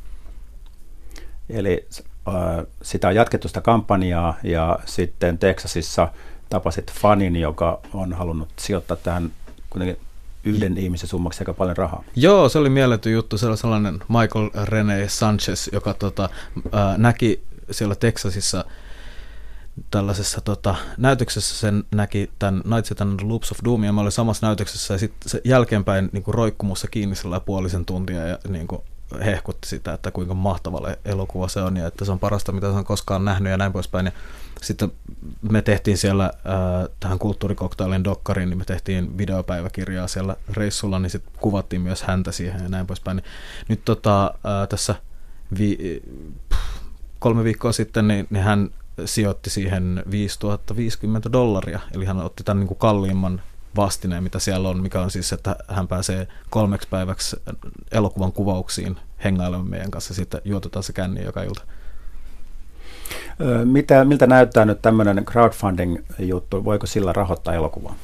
Eli äh, sitä on jatkettu sitä kampanjaa ja sitten Teksasissa tapasit fanin, joka on halunnut sijoittaa tähän kuitenkin yhden ihmisen summaksi aika paljon rahaa. Joo, se oli mieletön juttu. Se oli sellainen Michael Rene Sanchez, joka tota, ää, näki siellä Teksasissa tällaisessa tota, näytöksessä, sen näki tämän Night Satan Loops of Doom, ja mä olin samassa näytöksessä, ja sitten se jälkeenpäin niin kuin roikkui musta kiinni sellainen puolisen tuntia, ja niin kuin hehkutti sitä, että kuinka mahtava elokuva se on ja että se on parasta, mitä se on koskaan nähnyt ja näin poispäin. Ja sitten me tehtiin siellä äh, tähän kulttuurikoktailin dokkariin, niin me tehtiin videopäiväkirjaa siellä reissulla, niin sitten kuvattiin myös häntä siihen ja näin poispäin. Niin nyt tota, äh, tässä vi- kolme viikkoa sitten niin, niin hän sijoitti siihen viisituhatta viisikymmentä dollaria, eli hän otti tämän niin kuin kalliimman vastineen, mitä siellä on, mikä on siis, että hän pääsee kolmeksi päiväksi elokuvan kuvauksiin hengailemaan meidän kanssa, sitten juotetaan se känni joka ilta. Mitä, miltä näyttää nyt tämmöinen crowdfunding-juttu? Voiko sillä rahoittaa elokuvaa?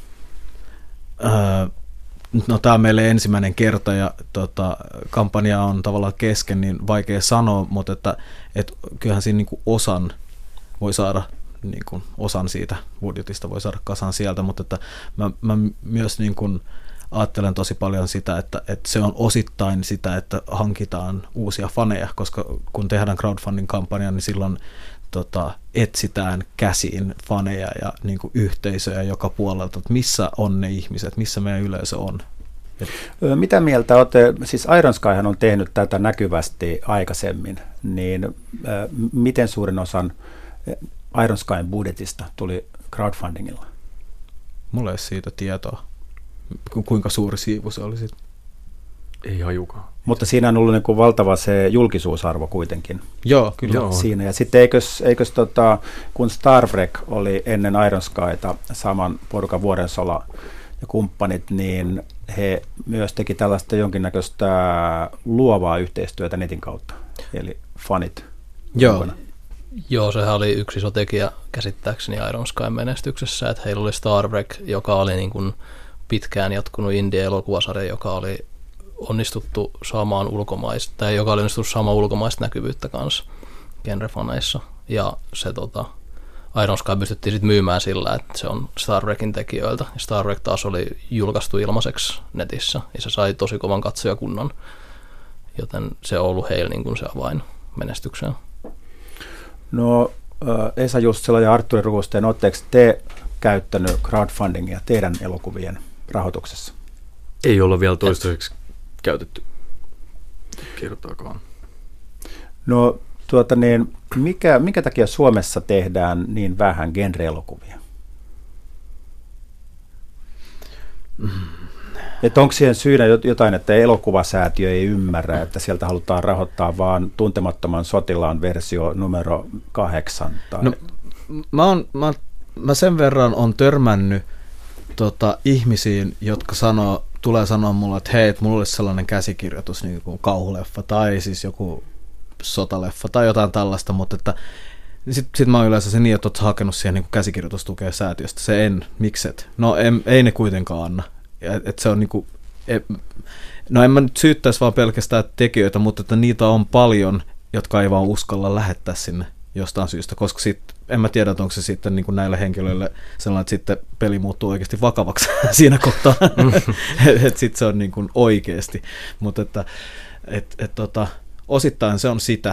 Öö, no tämä on meille ensimmäinen kerta ja tota, kampanja on tavallaan kesken, niin vaikea sanoa, mutta että, et kyllähän siinä niinku osan voi saada, niin kuin osan siitä budjetista voi saada kasan sieltä, mutta että mä, mä myös niin kuin ajattelen tosi paljon sitä, että, että se on osittain sitä, että hankitaan uusia faneja, koska kun tehdään crowdfunding-kampanjan, niin silloin tota, etsitään käsiin faneja ja niin kuin yhteisöjä joka puolelta, että missä on ne ihmiset, missä meidän yleisö on. Mitä mieltä olette, siis Iron Skyhan on tehnyt tätä näkyvästi aikaisemmin, niin äh, miten suurin osan Iron Skyn budjetista tuli crowdfundingilla? Mulla ei ole siitä tietoa, Ku, kuinka suuri siivu se oli sitten. Ei hajukaan. Mutta siinä on ollut niin kuin valtava se julkisuusarvo kuitenkin. Joo, kyllä. Joo. Siinä. Ja sitten eikös, eikös tota, kun Star Trek oli ennen Iron Skyta saman porukan Vuodensola ja kumppanit, niin he myös teki tällaista jonkinnäköistä luovaa yhteistyötä netin kautta, eli fanit. Joo. Mukana. Joo, sehän oli yksi iso tekijä käsittääkseni Iron Skyn menestyksessä, että heillä oli Star Trek, joka oli niin kuin pitkään jatkunut indie-elokuvasarja, joka oli onnistuttu saamaan ulkomaista, tai joka oli onnistuttu saamaan ulkomaista näkyvyyttä kanssa genrefaneissa. Ja se tota, Iron Sky pystyttiin sitten myymään sillä, että se on Star Trekin tekijöiltä. Ja Star Trek taas oli julkaistu ilmaiseksi netissä, ja se sai tosi kovan katsojakunnan, joten se on ollut heillä niin kuin se avain menestykseen. No Esa Jussila ja Artturi Ruusteen, oletteko te käyttänyt crowdfundingia teidän elokuvien rahoituksessa? Ei olla vielä toistaiseksi käytetty kertaakaan. No tuota niin, mikä, mikä takia Suomessa tehdään niin vähän genre-elokuvia? Mm. Että onko siihen syynä jotain, että elokuvasäätiö ei ymmärrä, että sieltä halutaan rahoittaa vaan Tuntemattoman sotilaan versio numero kahdeksan? Tai... No, mä, on, mä, mä sen verran on törmännyt tota, ihmisiin, jotka sanoo, tulee sanoa mulle, että hei, että mulla olisi sellainen käsikirjoitus, niin kuin kauhuleffa tai siis joku sotaleffa tai jotain tällaista, mutta että sitten sit mä oon yleensä se niin, että oot hakenut siihen niin kuin käsikirjoitustukea säätiöstä. Se en, mikset? No en, ei ne kuitenkaan anna. Et se on niinku, et, no en mä nyt syyttäisi vaan pelkästään tekijöitä, mutta että niitä on paljon, jotka ei vaan uskalla lähettää sinne jostain syystä, koska sit, en mä tiedä, onko se sitten niin kuin näille henkilöille sellainen, että sitten peli muuttuu oikeasti vakavaksi siinä kohtaa, että et sitten se on niin kuin oikeasti, mutta että et, et, tota, osittain se on sitä.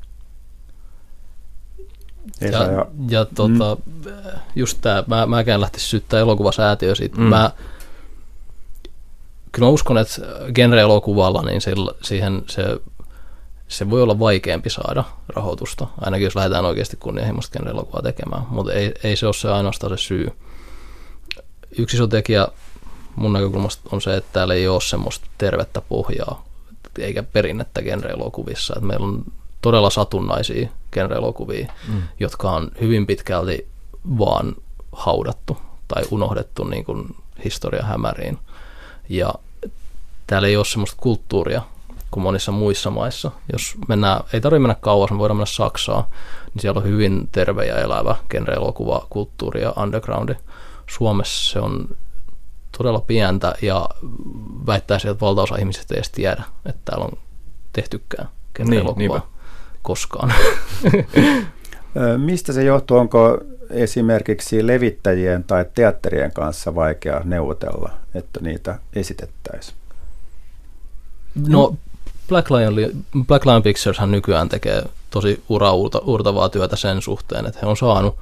Ja, ja, ja tota, mm. just tämä, mä, mäkään lähtisin syyttää elokuvasäätiö siitä, mm. mä kyllä mä uskon, että genre-elokuvalla niin se, siihen se, se voi olla vaikeampi saada rahoitusta, ainakin jos lähdetään oikeasti kunnianhimoista genre-elokuvaa tekemään, mutta ei, ei se ole se ainoastaan se syy. Yksi iso tekijä mun näkökulmasta on se, että täällä ei ole semmoista tervettä pohjaa eikä perinnettä genre-elokuvissa. Et meillä on todella satunnaisia genre-elokuvia, mm. jotka on hyvin pitkälti vaan haudattu tai unohdettu niin kuin historian hämäriin. Ja täällä ei ole semmoista kulttuuria kuin monissa muissa maissa. Jos mennään, ei tarvitse mennä kauas, me voidaan mennä Saksaan, niin siellä on hyvin terve ja elävä genre-elokuva, kulttuuri ja undergroundi. Suomessa se on todella pientä ja väittäisin, että valtaosa ihmisistä ei edes tiedä, että täällä on tehtykään genre-elokuvaa niin, koskaan. Mistä se johtuu? Onko esimerkiksi levittäjien tai teatterien kanssa vaikea neuvotella, että niitä esitettäisiin? No Black Lion, Black Lion Pictureshan nykyään tekee tosi uraurtavaa työtä sen suhteen, että he on saanut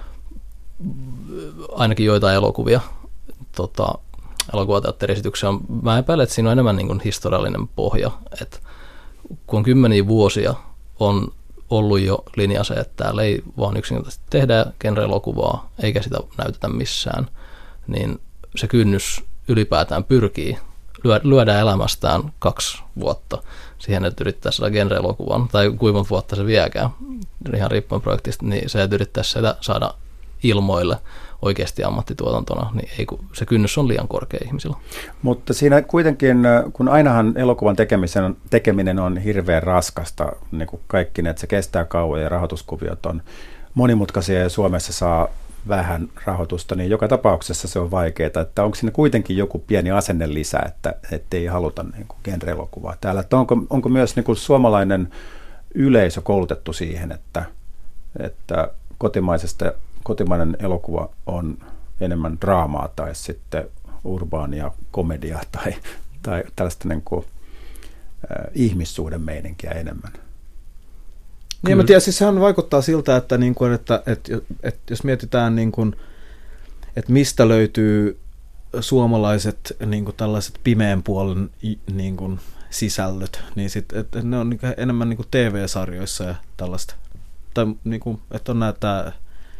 ainakin joitain elokuvia, tota, elokuvateatteriesityksiä. Mä epäilen, että siinä on enemmän niin kuin historiallinen pohja, että kun on kymmeniä vuosia, on ollut jo linja se, että täällä ei vaan yksinkertaisesti tehdä genre-elokuvaa, eikä sitä näytetä missään, niin se kynnys ylipäätään pyrkii lyödä elämästään kaksi vuotta siihen, että yrittää saada genre-elokuvan, tai kuinka vuotta se viekään, ihan riippuen projektista, niin se, että yrittäisi sitä saada ilmoille oikeasti ammattituotantona, niin ei, se kynnys on liian korkea ihmisillä. Mutta siinä kuitenkin, kun ainahan elokuvan tekemisen, tekeminen on hirveän raskasta, niin kuin kaikki ne, että se kestää kauan ja rahoituskuviot on monimutkaisia ja Suomessa saa vähän rahoitusta, niin joka tapauksessa se on vaikeaa, että onko siinä kuitenkin joku pieni asenne lisä, että ei haluta niin kuin genre-elokuvaa täällä, että onko, onko myös niin kuin suomalainen yleisö koulutettu siihen, että, että kotimaisesta, kotimainen elokuva on enemmän draamaa tai sitten urbaania komediaa tai, tai tällaista niin kuin, äh, ihmissuhdemeininkiä enemmän. Niin, mä tiedän, siis sehän vaikuttaa siltä, että, niin kuin, että, että, että jos mietitään, niin kuin, että mistä löytyy suomalaiset niin kuin tällaiset pimeän puolen niin kuin sisällöt, niin sit, että ne on niin kuin enemmän niin kuin T V-sarjoissa ja tällaista. Tai niin kuin, että on näitä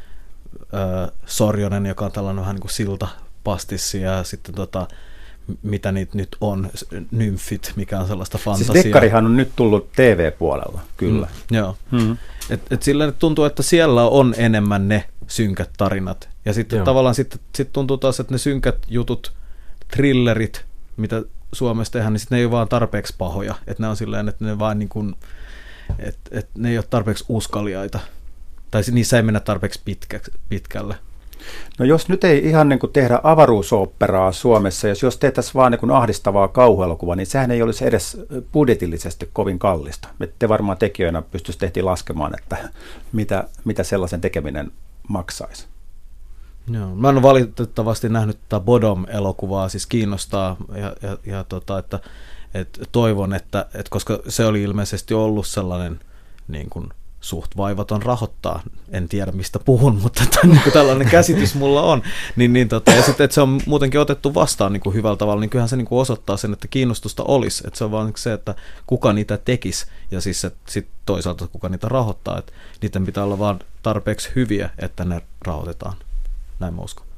Sorjonen, joka on tällainen vähän niin kuin siltapastissi, ja sitten tota, mitä niitä nyt on, Nymfit, mikä on sellaista fantasiaa. Siis dekkarihan on nyt tullut T V-puolella, kyllä. Mm, joo. Mm-hmm. Et, et sillä tuntuu, että siellä on enemmän ne synkät tarinat. Ja sitten joo. tavallaan sitten sit tuntuu taas, että ne synkät jutut, thrillerit, mitä Suomessa tehdään, niin sitten ne ei ole vaan tarpeeksi pahoja. Että ne on silleen, että ne vaan niin kuin, että et ne ei ole tarpeeksi uskaliaita. Tai niissä ei mennä tarpeeksi pitkä, pitkälle. No jos nyt ei ihan niin kuin tehdä avaruusoopperaa Suomessa, jos, jos tehtäisiin vaan niin kuin ahdistavaa kauhuelokuvaa, niin sehän ei olisi edes budjetillisesti kovin kallista. Te varmaan tekijöinä pystyisi tehtiin laskemaan, että mitä, mitä sellaisen tekeminen maksaisi. Joo, mä en ole valitettavasti nähnyt tätä Bodom-elokuvaa, siis kiinnostaa ja, ja, ja tota, että, että toivon, että, että koska se oli ilmeisesti ollut sellainen niin kuin suht vaivaton rahoittaa, en tiedä mistä puhun, mutta niin kuin tällainen käsitys mulla on, niin, niin tota, ja sitten, että se on muutenkin otettu vastaan niin kuin hyvällä tavalla, niin kyllähän se niin kuin osoittaa sen, että kiinnostusta olisi, että se on vaan se, että kuka niitä tekisi, ja siis sitten toisaalta kuka niitä rahoittaa, että niiden pitää olla vaan tarpeeksi hyviä, että ne rahoitetaan, näin mä uskon.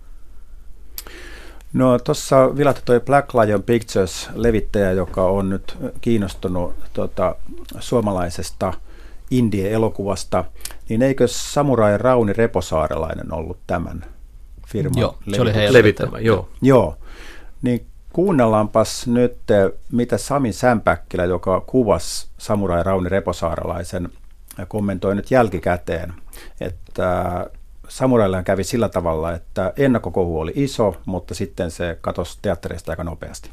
No tuossa vilahtui toi Black Lion Pictures-levittäjä, joka on nyt kiinnostunut tota, suomalaisesta indie-elokuvasta, niin eikö Samurai Rauni Reposaarelainen ollut tämän firman joo, se oli heidän levittämä? Joo. Joo, niin kuunnellaanpas nyt, mitä Sami Sämpäkkilä, joka kuvasi Samurai Rauni Reposaarelaisen, kommentoi nyt jälkikäteen, että Samuraillaan kävi sillä tavalla, että ennakkokohu oli iso, mutta sitten se katosi teattereista aika nopeasti.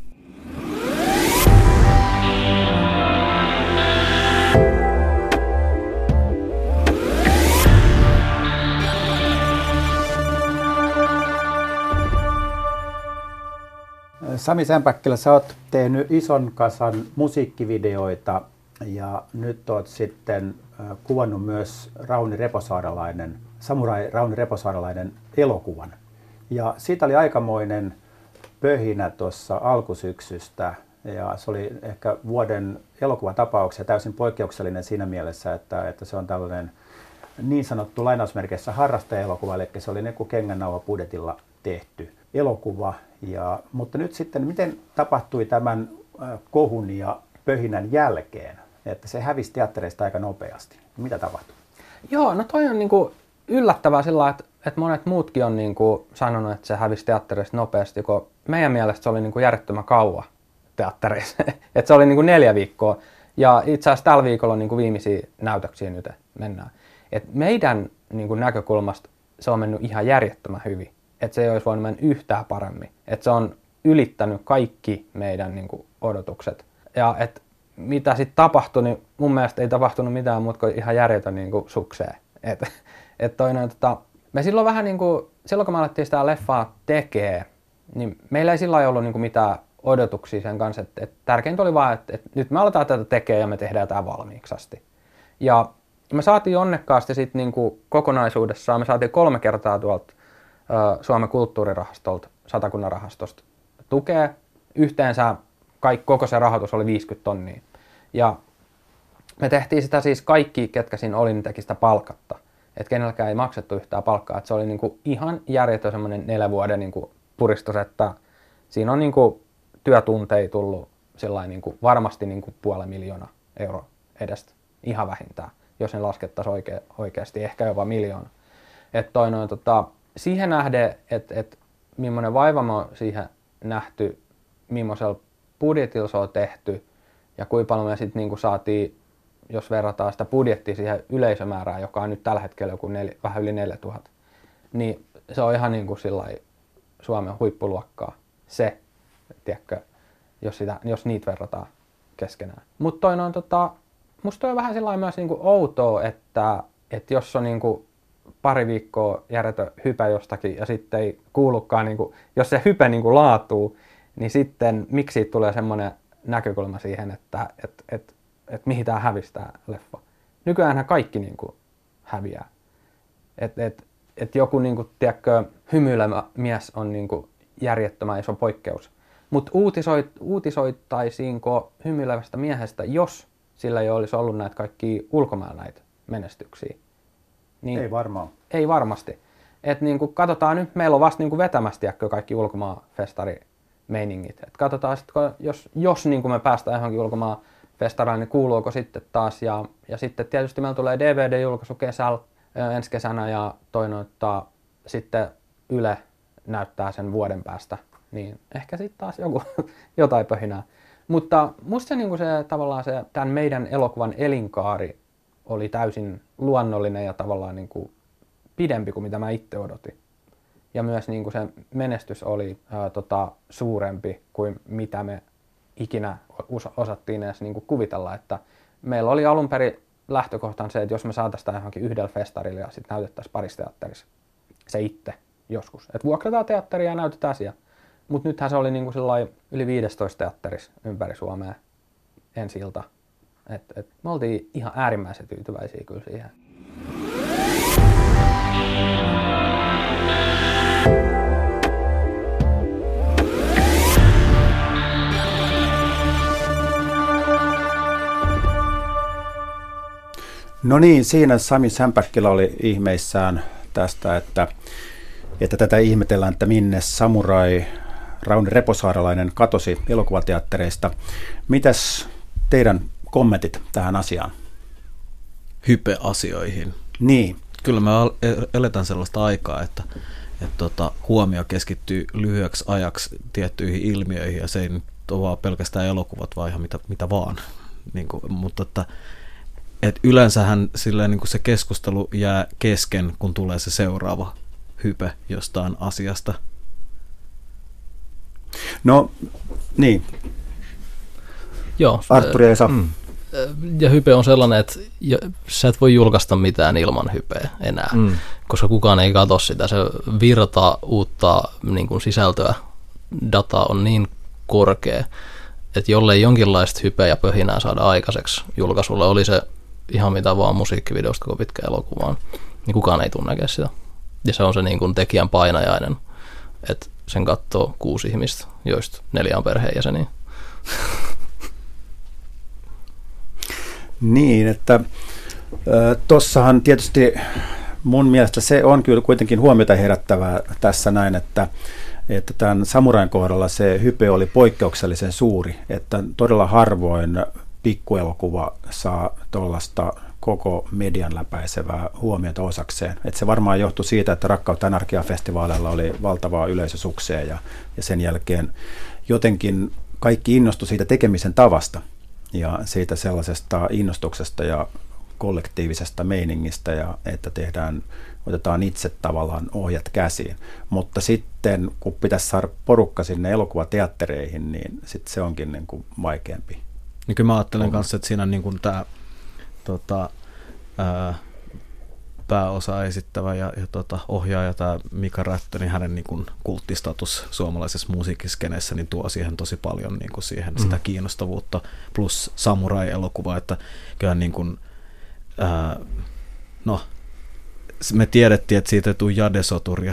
Sami Sämpäkkilä, sä oot tehnyt ison kasan musiikkivideoita ja nyt oot sitten kuvannut myös Rauni Reposaarelainen, Samurai Rauni Reposaarelainen elokuvan. Ja siitä oli aikamoinen pöhinä tuossa alkusyksystä ja se oli ehkä vuoden elokuvatapauksia täysin poikkeuksellinen siinä mielessä, että, että se on tällainen niin sanottu lainausmerkeissä harrastajaelokuva, eli se oli niin kuin kengännauha budjetilla tehty elokuva. Ja, mutta nyt sitten, miten tapahtui tämän kohun ja pöhinän jälkeen, että se hävisi teattereista aika nopeasti? Mitä tapahtui? Joo, no toi on niinku yllättävää sillä, että, että monet muutkin on niinku sanonut, että se hävisi teattereista nopeasti, kun meidän mielestä se oli niinku järjettömän kauan teattereissa. että se oli niinku neljä viikkoa. Ja itse asiassa tällä viikolla on niinku viimeisiä näytöksiä nyt mennään. Et meidän niinku näkökulmasta se on mennyt ihan järjettömän hyvin. Että se ei olisi voinut mennä yhtään paremmin. Että se on ylittänyt kaikki meidän niin kuin, odotukset. Ja että mitä sitten tapahtui, niin mun mielestä ei tapahtunut mitään muuta kuin ihan järjetön niin kuin, sukseen. Että et toinen, tota, me silloin vähän niin kuin, silloin kun me alettiin sitä leffaa tekee, niin meillä ei silloin ollut niin kuin, mitään odotuksia sen kanssa. Että et tärkeintä oli vaan, että et nyt me aletaan tätä tekemään ja me tehdään tämä valmiiksi asti. Ja me saatiin onnekkaasti sitten niin kuin, kokonaisuudessaan, me saatiin kolme kertaa tuolta Suomen kulttuurirahastolta, Satakunnan rahastosta tukea. Yhteensä kaikki, koko se rahoitus oli viisikymmentä tonnia. Ja me tehtiin sitä siis kaikki, ketkä siinä oli, niin teki sitä palkatta. Että kenelläkään ei maksettu yhtään palkkaa. Että se oli niinku ihan järjetön semmoinen neljä vuoden niinku puristus, että siinä on niinku työtunteja tullut niinku varmasti niinku puolen miljoona euroa edestä. Ihan vähintään, jos ne laskettaisiin oikea, oikeasti, ehkä jopa miljoona. Että toi noin, tota, siihen nähden, että et, millainen vaiva me on siihen nähty, millaisella budjetilla se on tehty ja kuinka paljon me sitten niinku saatiin, jos verrataan sitä budjettia siihen yleisömäärään, joka on nyt tällä hetkellä joku nel, vähän yli neljätuhatta, niin se on ihan niinku sillai Suomen huippuluokkaa se, tiedätkö, jos, sitä, jos niitä verrataan keskenään. Mutta toi on tota, musta toi on vähän sillai myös niinku outoa, että, että jos on niinku pari viikkoa järjetön hype jostakin ja sitten ei kuulukaan, niinku, jos se hype niinku laatuu, niin sitten miksi siitä tulee semmoinen näkökulma siihen, että et, et, et mihin tämä hävistää leffa. Nykyäänhän kaikki niinku häviää. Et, et, et joku niinku, tiedätkö, hymyilevä mies on niinku järjettömän iso poikkeus. Mutta uutisoit, uutisoittaisiinko hymyilevästä miehestä, jos sillä ei olisi ollut näitä kaikkia ulkomaan näitä menestyksiä? Niin ei varmaan. Ei varmasti. Et niinku katsotaan nyt, meillä on vasta niinku vetämästi kaikki ulkomaan festarimeiningit. Et katsotaan sitten, jos, jos niinku me päästään johonkin ulkomaan festaraan, niin kuuluuko sitten taas. Ja, ja sitten tietysti meillä tulee D V D-julkaisu kesällä, ensi kesänä ja toinen, että sitten Yle näyttää sen vuoden päästä. Niin ehkä sitten taas joku, jotain pöhinää. Mutta musta se, niinku se, tavallaan se, tämän meidän elokuvan elinkaari oli täysin luonnollinen ja tavallaan niinku pidempi kuin mitä mä itse odotin. Ja myös niinku se menestys oli ää, tota, suurempi kuin mitä me ikinä osattiin edes niinku kuvitella. Että meillä oli alun perin lähtökohtaan se, että jos me saataisiin tämän johonkin yhdellä festarilla ja sitten näytettäisiin parissa teatterissa se itse joskus. Että vuokrataan teatteria ja näytetään siellä. Mutta nythän se oli niinku yli viisitoista teatterissa ympäri Suomea ensi ilta. Et, et me oltiin ihan äärimmäisen tyytyväisiä kyllä siihen. No niin, siinä Sami Sämpäkkilä oli ihmeissään tästä, että, että tätä ihmetellään, että minne Samurai Rauni Reposaarelainen katosi elokuvateattereista. Mitäs teidän kommentit tähän asiaan? Hype-asioihin. Niin. Kyllä me eletään sellaista aikaa, että, että tota, huomio keskittyy lyhyeksi ajaksi tiettyihin ilmiöihin, ja se ei nyt ole vaan pelkästään elokuvat, vaan ihan mitä, mitä vaan. Niin kuin, mutta että, että yleensähän silleen, niin kuin se keskustelu jää kesken, kun tulee se seuraava hype jostain asiasta. No, niin. Joo. Artturi ja Esa. Mm. Ja hype on sellainen, että sä et voi julkaista mitään ilman hypeä enää, mm. koska kukaan ei katso sitä. Se virta uutta niin kuin sisältöä, data on niin korkea, että jollei jonkinlaista hypeä ja pöhinää saada aikaiseksi julkaisulle, oli se ihan mitä vaan musiikkivideosta koko pitkä elokuvaan, niin kukaan ei tunne näkee sitä. Ja se on se niin kuin tekijän painajainen, että sen katsoo kuusi ihmistä, joista neljä on perheenjäseniä. Niin, että äh, tossahan tietysti mun mielestä se on kyllä kuitenkin huomiota herättävää tässä näin, että, että tämän Samurain kohdalla se hype oli poikkeuksellisen suuri, että todella harvoin pikkuelokuva saa tuollaista koko median läpäisevää huomiota osakseen. Että se varmaan johtui siitä, että Rakkautta Anarkia-festivaaleilla oli valtavaa yleisösuksea ja, ja sen jälkeen jotenkin kaikki innostui siitä tekemisen tavasta ja siitä sellaisesta innostuksesta ja kollektiivisesta meiningistä, ja että tehdään, otetaan itse tavallaan ohjat käsiin. Mutta sitten, kun pitäisi saada porukka sinne elokuvateattereihin, niin sitten se onkin niin kuin vaikeampi. Niin kyllä mä ajattelen kanssa, että siinä niin kuin tämä tota, ää, pääosa esittävä ja, ja tota, ohjaaja, tämä Mika Rättö, niin hänen niin kuin kulttistatus suomalaisessa musiikkiskenessä niin tuo siihen tosi paljon niin kuin siihen mm. sitä kiinnostavuutta, plus samurai-elokuva, että kyllä niin kuin, ää, no, me tiedettiin, että siitä ei tule jadesoturia,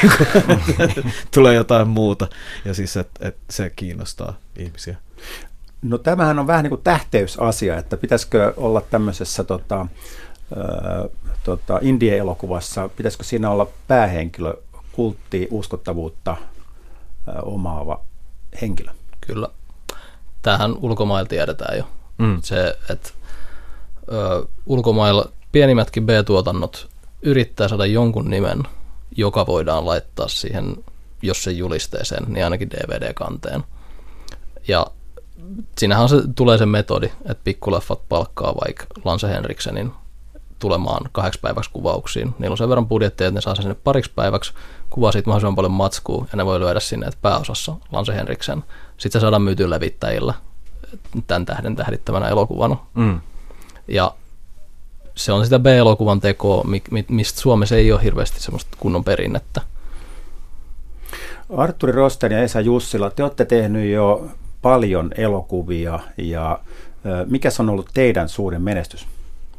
tulee jotain muuta, ja siis että et se kiinnostaa ihmisiä. No tämähän on vähän niin kuin tähteysasia, että pitäisikö olla tämmöisessä tota, ö, tota, indie-elokuvassa, pitäisikö siinä olla päähenkilö, kulttia, uskottavuutta ö, omaava henkilö? Kyllä. Tämähän ulkomailla tiedetään jo. Mm. Se, että ö, ulkomailla pienimmätkin B-tuotannot yrittää saada jonkun nimen, joka voidaan laittaa siihen, jos se julisteeseen, niin ainakin D V D-kanteen. Ja siinähän se tulee se metodi, että pikkuleffat palkkaa vaikka Lance Henriksenin tulemaan kahdeksi päiväksi kuvauksiin. Niillä on sen verran budjettia, että ne saa sen sinne pariksi päiväksi, kuvaa siitä mahdollisimman paljon matskua, ja ne voi lyödä sinne, että pääosassa Lance Henriksen. Sitten se saadaan myytyä levittäjillä tämän tähden tähdittävänä elokuvana. Mm. Ja se on sitä B-elokuvan tekoa, mistä Suomessa ei ole hirveästi semmoista kunnon perinnettä. Artturi Rosten ja Esa Jussila, te olette tehnyt jo paljon elokuvia, ja mikä on ollut teidän suurin menestys?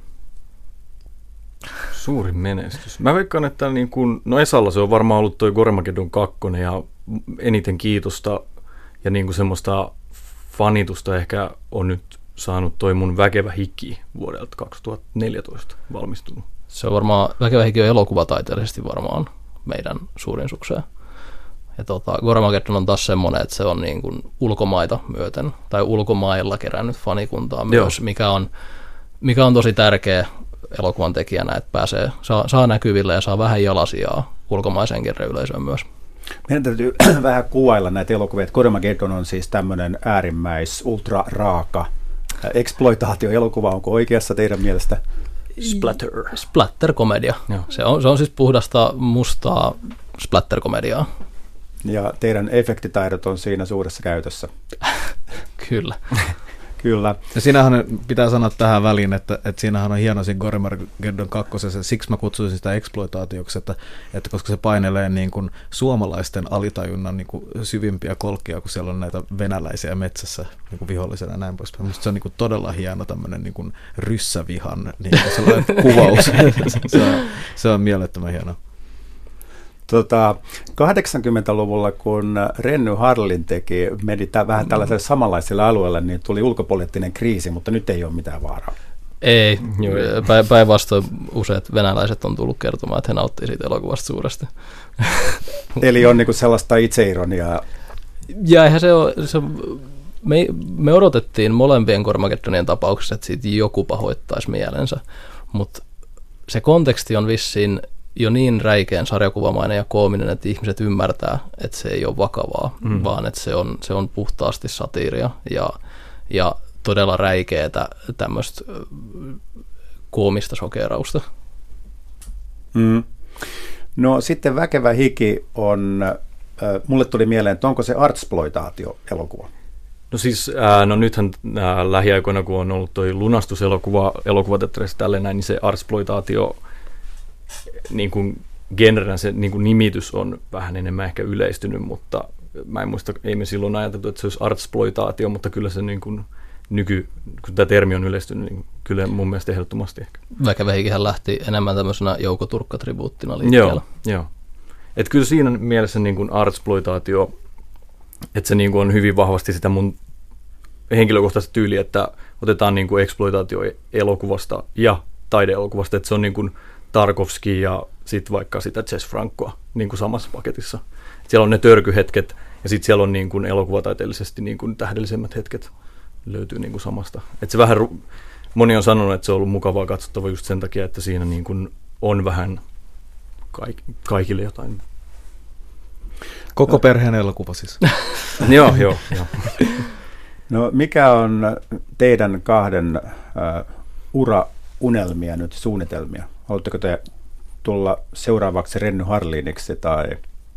Suurin menestys? Mä veikkaan, että niin kun, no Esalla se on varmaan ollut toi Goremageddon kakkonen ja eniten kiitosta ja niin kuin semmoista fanitusta ehkä on nyt saanut toi mun Väkevä hiki vuodelta kaksituhattaneljätoista valmistunut. Se on varmaan, Väkevä hiki on elokuvataiteellisesti varmaan meidän suurin sukseen. Ja tota, Goremageddon on taas semmoinen, että se on niin kuin ulkomaita myöten, tai ulkomailla kerännyt fanikuntaa myös, mikä on, mikä on tosi tärkeä elokuvan tekijänä, että pääsee, saa, saa näkyville ja saa vähän jalasijaa ulkomaiseen genreyleisöön myös. Meidän täytyy vähän kuvailla näitä elokuvia. Goremageddon on siis tämmöinen äärimmäis, ultra raaka exploitaatio-elokuva. Onko oikeassa teidän mielestä? Splatter. Splatter-komedia. Se on, se on siis puhdasta mustaa splatter-komediaa. Ja teidän efektitaidot on siinä suuressa käytössä. Kyllä. Kyllä. Ja siinähän pitää sanoa tähän väliin, että, että siinähän on hieno siinä Goremageddon kakkosessa, siksi mä kutsuisin sitä exploitaatioksi, että, että koska se painelee niin kuin suomalaisten alitajunnan niin kuin syvimpiä kolkkia, kun siellä on näitä venäläisiä metsässä niin kuin vihollisena ja näin poispäin. Musta se on niin kuin todella hieno tämmöinen niin kuin ryssävihan niin kuin sellainen kuvaus. se, on, se on mielettömän hieno. Tota, kahdeksankymmentäluvulla, kun Renny Harlin teki, meni t- vähän tällaiselle samanlaiselle alueelle, niin tuli ulkopoliittinen kriisi, mutta nyt ei ole mitään vaaraa. Ei, päinvastoin useat venäläiset on tullut kertomaan, että he nauttii siitä elokuvasta suuresti. Eli on niinku sellaista itseironiaa. Ja eihän se ole, se, me, me odotettiin molempien Goremageddonien tapauksessa, että siitä joku pahoittaisi mielensä, mutta se konteksti on vissiin jo niin räikeän sarjakuvamainen ja koominen, että ihmiset ymmärtää, että se ei ole vakavaa, mm. vaan että se on, se on puhtaasti satiiria ja, ja todella räikeätä tämmöistä koomista sokerausta. Mm. No sitten Väkevä hiki on, äh, mulle tuli mieleen, että onko se artsploitaatio-elokuva? No siis, ää, no nythän ää, lähiaikoina, kun on ollut toi lunastuselokuva, elokuvateatterissa tälleen näin, niin se artsploitaatio niin kuin genrenä se niin kuin nimitys on vähän enemmän ehkä yleistynyt, mutta mä en muista, ei me silloin ajateltu, että se olisi artsploitaatio, mutta kyllä se niin kuin nyky, kun tämä termi on yleistynyt, niin kyllä mun mielestä ehdottomasti ehkä. Väkevä hikihän lähti enemmän tämmöisenä joukoturkkatribuuttina liikkeellä. Joo, joo. Että kyllä siinä mielessä niin kuin artsploitaatio, että se niin kuin on hyvin vahvasti sitä mun henkilökohtaista tyyliä, että otetaan niin kuin exploitaatio elokuvasta ja taideelokuvasta, että se on niin kuin Tarkovski ja sitten vaikka sitä Jess Francoa niin kuin samassa paketissa. Et siellä on ne törkyhetket ja sitten siellä on niin kuin elokuvataiteellisesti niin kuin tähdellisemmät hetket löytyy niin kuin samasta. Et se vähän, moni on sanonut, että se on ollut mukavaa katsottava just sen takia, että siinä niin kuin on vähän kaik, kaikille jotain. Koko perheen elokuva siis. Joo, joo, joo. No mikä on teidän kahden uh, uraunelmia nyt, suunnitelmia? Haluatteko te tulla seuraavaksi Renny Harliniksi tai?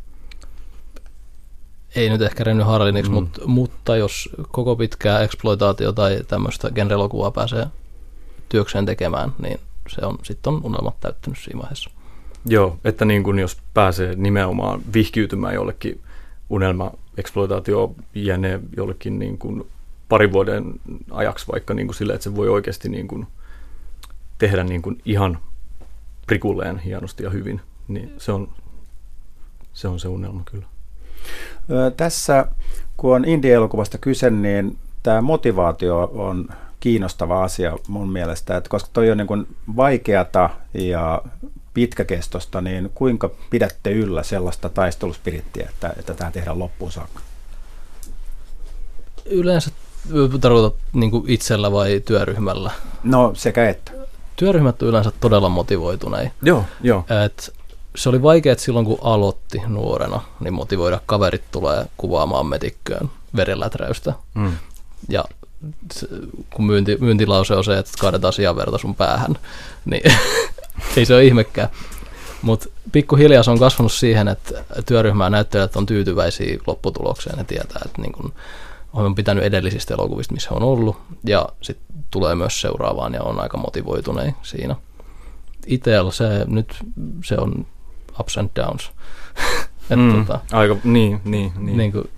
Ei nyt ehkä Renny Harliniksi, mm. mutta, mutta jos koko pitkää exploitaatio tai tämmöistä genre-elokuvaa pääsee työkseen tekemään, niin se on sitten on unelmat täyttänyt siinä vaiheessa. Joo, että niin kun jos pääsee nimenomaan vihkiytymään jollekin unelma exploitaatio jänne jollekin niin kun parin vuoden ajaksi vaikka niin kun sille, että se voi oikeasti niin kun tehdä niin kun ihan prikulleen hienosti ja hyvin, niin se on se, on se unelma kyllä. Tässä, kun on indie-elokuvasta kyse, niin tämä motivaatio on kiinnostava asia mun mielestä, että koska toi on niin kuin vaikeata ja pitkäkestosta, niin kuinka pidätte yllä sellaista taisteluspirittiä, että, että tämä tehdään loppuun saakka? Yleensä tarkoitat niin kuin itsellä vai työryhmällä? No sekä että. Työryhmät on yleensä todella motivoituneita. Joo, joo. Et se oli vaikeaa silloin, kun aloitti nuorena, niin motivoida kaverit tulee kuvaamaan metikköön verenläträystä. Mm. Ja se, kun myynti, myyntilause on se, että kaadetaan sianverta sun päähän, niin ei se ole ihmekään. Mutta pikkuhiljaa se on kasvanut siihen, että työryhmää näyttelijät on tyytyväisiä lopputulokseen ja tietää, että niin kun on pitänyt edellisistä elokuvista, missä on ollut, ja sitten tulee myös seuraavaan ja on aika motivoitunein siinä. Itellä se nyt se on ups and downs. Et mm, tota, aika, niin, niin, niin. niin kuin,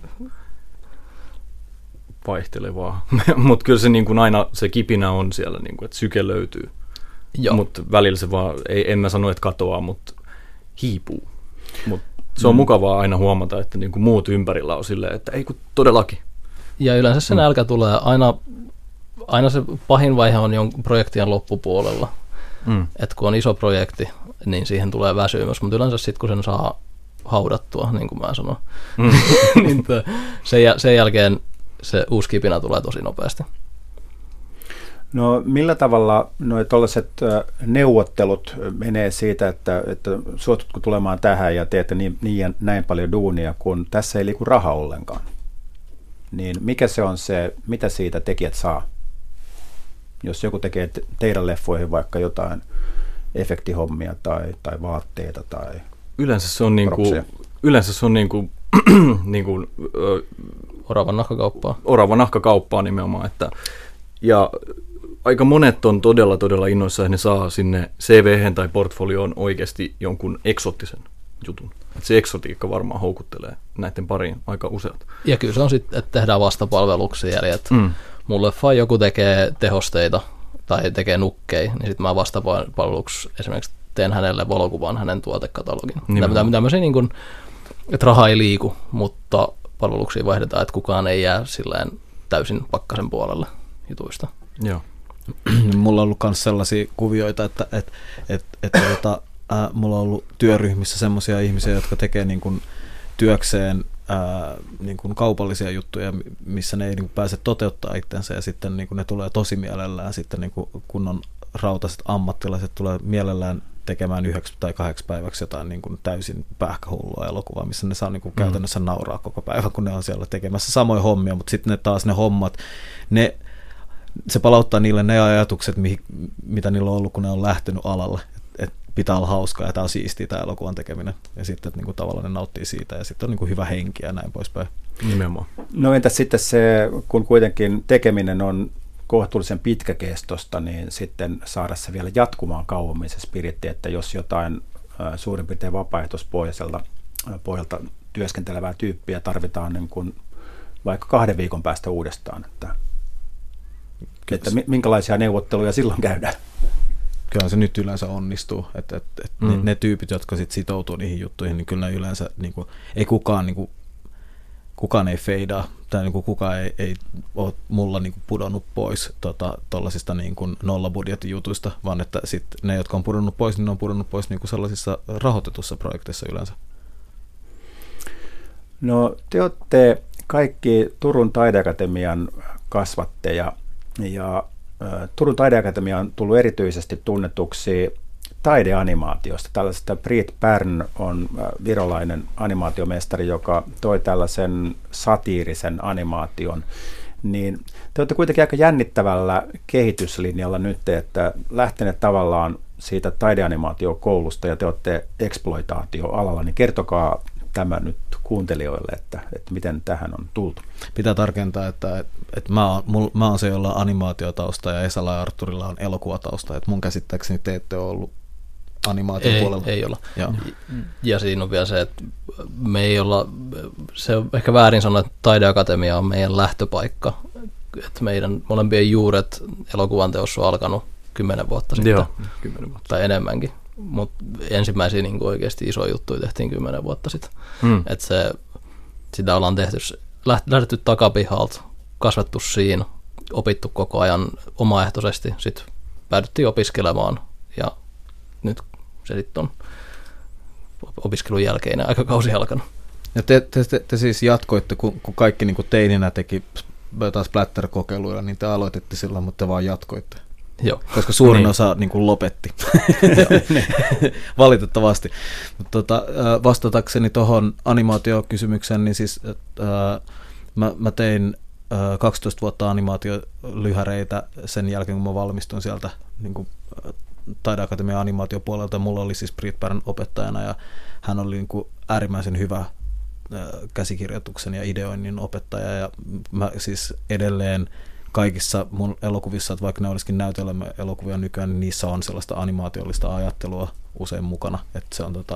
vaihtelevaa. Mutta kyllä se niin kuin aina se kipinä on siellä, niin kuin, että syke löytyy. Mutta välillä se vaan, ei, en mä sano, että katoaa, mutta hiipuu. Mut se on mm. mukavaa aina huomata, että niin kuin muut ympärillä on silleen, että ei kun todellakin. Ja yleensä se nälkä tulee aina, aina se pahin vaihe on jonkun projektien loppupuolella. Mm. Että kun on iso projekti, niin siihen tulee väsymys, mutta yleensä sitten kun sen saa haudattua, niin kuin mä sanon, mm. niin sen, sen jälkeen se uusi kipinä tulee tosi nopeasti. No millä tavalla nuo tällaiset neuvottelut menee siitä, että, että suostutko tulemaan tähän ja teette niin, niin näin paljon duunia, kun tässä ei liiku raha ollenkaan? Niin mikä se on se, mitä siitä tekijät saa? Jos joku tekee teidän leffoihin vaikka jotain efektihommia tai, tai vaatteita tai yleensä se on niinku, yleensä se on niinku, niinku ö, oravan nahkakauppaa. Oravan nahkakauppaa nimenomaan, että ja aika monet on todella todella innoissaan, että ne saa sinne C V:hen tai portfolioon oikeasti jonkun eksoottisen jutun. Et se eksotiikka varmaan houkuttelee näiden pariin aika useat. Ja kyllä se on sitten, että tehdään vastapalveluksia, eli että mm. mun leffa joku tekee tehosteita tai tekee nukkeja, niin sitten mä vastapalveluksi esimerkiksi teen hänelle valokuvan hänen tuotekatalogin. Tämmöisiä niin kuin, että raha ei liiku, mutta palveluksia vaihdetaan, että kukaan ei jää silleen täysin pakkasen puolelle jutuista. Joo. Mulla on ollut myös sellaisia kuvioita, että et, et, et, että äh, mulla on ollut työryhmissä semmoisia ihmisiä, jotka tekee niin kuin työkseen ää, niin kuin kaupallisia juttuja, missä ne ei niin kuin pääse toteuttaa itsensä, ja sitten niin kuin ne tulee tosi mielellään, sitten niin kuin kunnon rautaiset ammattilaiset tulee mielellään tekemään yhdeksi tai kahdeksi päiväksi jotain niin kuin täysin pähkähullua elokuvaa, missä ne saa niin kuin mm. käytännössä nauraa koko päivä, kun ne on siellä tekemässä samoja hommia, mutta sitten ne taas ne hommat, ne, se palauttaa niille ne ajatukset, mihin, mitä niillä on ollut, kun ne on lähtenyt alalle, että pitää olla hauskaa ja tämä on siistiä tämä elokuvan tekeminen, ja sitten että niin kuin tavallaan ne nauttii siitä, ja sitten on niin kuin hyvä henki ja näin poispäin. Nimenomaan. No entäs sitten se, kun kuitenkin tekeminen on kohtuullisen pitkäkestosta, niin sitten saada se vielä jatkumaan kauemmin se spiritti, että jos jotain äh, suurin piirtein vapaaehtoispohjalta äh, pohjalta työskentelevää tyyppiä tarvitaan niin kuin vaikka kahden viikon päästä uudestaan, että, että minkälaisia neuvotteluja silloin käydään? Kyllä se nyt yleensä onnistuu, että, että, että mm. ne, ne tyypit, jotka sit sitoutuu niihin juttuihin, niin kyllä ne yleensä, niin kuin, ei kukaan, niin kuin, kukaan ei feidaa, tai niin kuin, kukaan ei, ei ole mulla niin kuin pudonnut pois tuollaisista tota, niin kuin nollabudjettijutuista, vaan että sit ne, jotka on pudonnut pois, niin ne on pudonnut pois niin kuin sellaisissa rahoitetussa projekteissa yleensä. No te olette kaikki Turun taideakatemian kasvatteja, ja Turun taideakatemia on tullut erityisesti tunnetuksi taideanimaatiosta. Tällaisesta Brit Bärn on virolainen animaatiomestari, joka toi tällaisen satiirisen animaation. Niin te olette kuitenkin aika jännittävällä kehityslinjalla nyt, että lähteneet tavallaan siitä taideanimaatiokoulusta ja te olette eksploitaatioalalla, niin kertokaa tämä nyt kuuntelijoille, että, että miten tähän on tultu. Pitää tarkentaa, että, että, että mä, oon, mul, mä oon se, jolla on animaatiotausta ja Esalla ja Arturilla on elokuvatausta, että mun käsittääkseni te ette ole ollut animaation ei, puolella. Ei olla. Ja. ja siinä on vielä se, että me ei olla, se on ehkä väärin sanoa, että taideakatemia on meidän lähtöpaikka, että meidän molempien juuret elokuvan teossa on alkanut kymmenen vuotta sitten. Joo, kymmenen vuotta. Tai enemmänkin. Mutta ensimmäisiä niin oikeasti isoja juttuja tehtiin kymmenen vuotta sitten. Mm. Että se, sitä ollaan tehty, lähdetty takapihalta kasvettu siinä, opittu koko ajan omaehtoisesti, sitten päädyttiin opiskelemaan ja nyt se sitten on opiskelun jälkeinen aikakausi alkanut. Ja te, te, te, te siis jatkoitte, kun, kun kaikki niin kuin teininä teki jotain splatter-kokeiluja, niin te aloititte silloin, mutta te vaan jatkoitte. Joo. Koska suurin niin. osa niin kuin lopetti, valitettavasti. Mutta tota, vastatakseni tuohon animaatiokysymykseen, niin siis äh, mä, mä tein äh, kaksitoista vuotta animaatiolyhäreitä sen jälkeen, kun mä valmistuin sieltä niin kuin, Taideakatemian animaatiopuolelta. Mulla oli siis Britt Bärn opettajana ja hän oli niin kuin äärimmäisen hyvä äh, käsikirjoituksen ja ideoinnin opettaja ja mä siis edelleen kaikissa mun elokuvissa, että vaikka ne olisikin näytelmä-elokuvia nykyään, niin niissä on sellaista animaatiollista ajattelua usein mukana. Että se on, tota,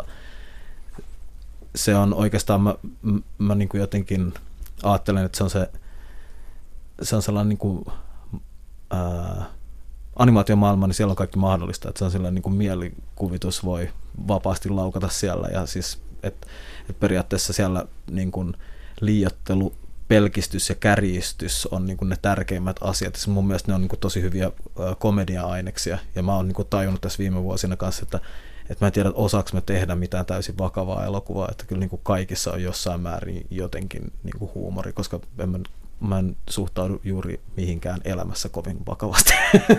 se on oikeastaan, mä, mä niin kuin jotenkin ajattelen, että se on, se, se on sellainen niin kuin, ää, animaatiomaailma, niin siellä on kaikki mahdollista. Että se on sellainen niin kuin mielikuvitus voi vapaasti laukata siellä. Ja siis, että et periaatteessa siellä niin kuin liioittelu, pelkistys ja kärjistys on niin kuin ne tärkeimmät asiat. Ja mun mielestä ne on niin kuin tosi hyviä komedia-aineksia. Ja mä oon niin kuin tajunnut tässä viime vuosina kanssa, että, että mä en tiedä, osaako me tehdä mitään täysin vakavaa elokuvaa. Että kyllä niin kuin kaikissa on jossain määrin jotenkin niin kuin huumori, koska en mä, mä en suhtaudu juuri mihinkään elämässä kovin vakavasti.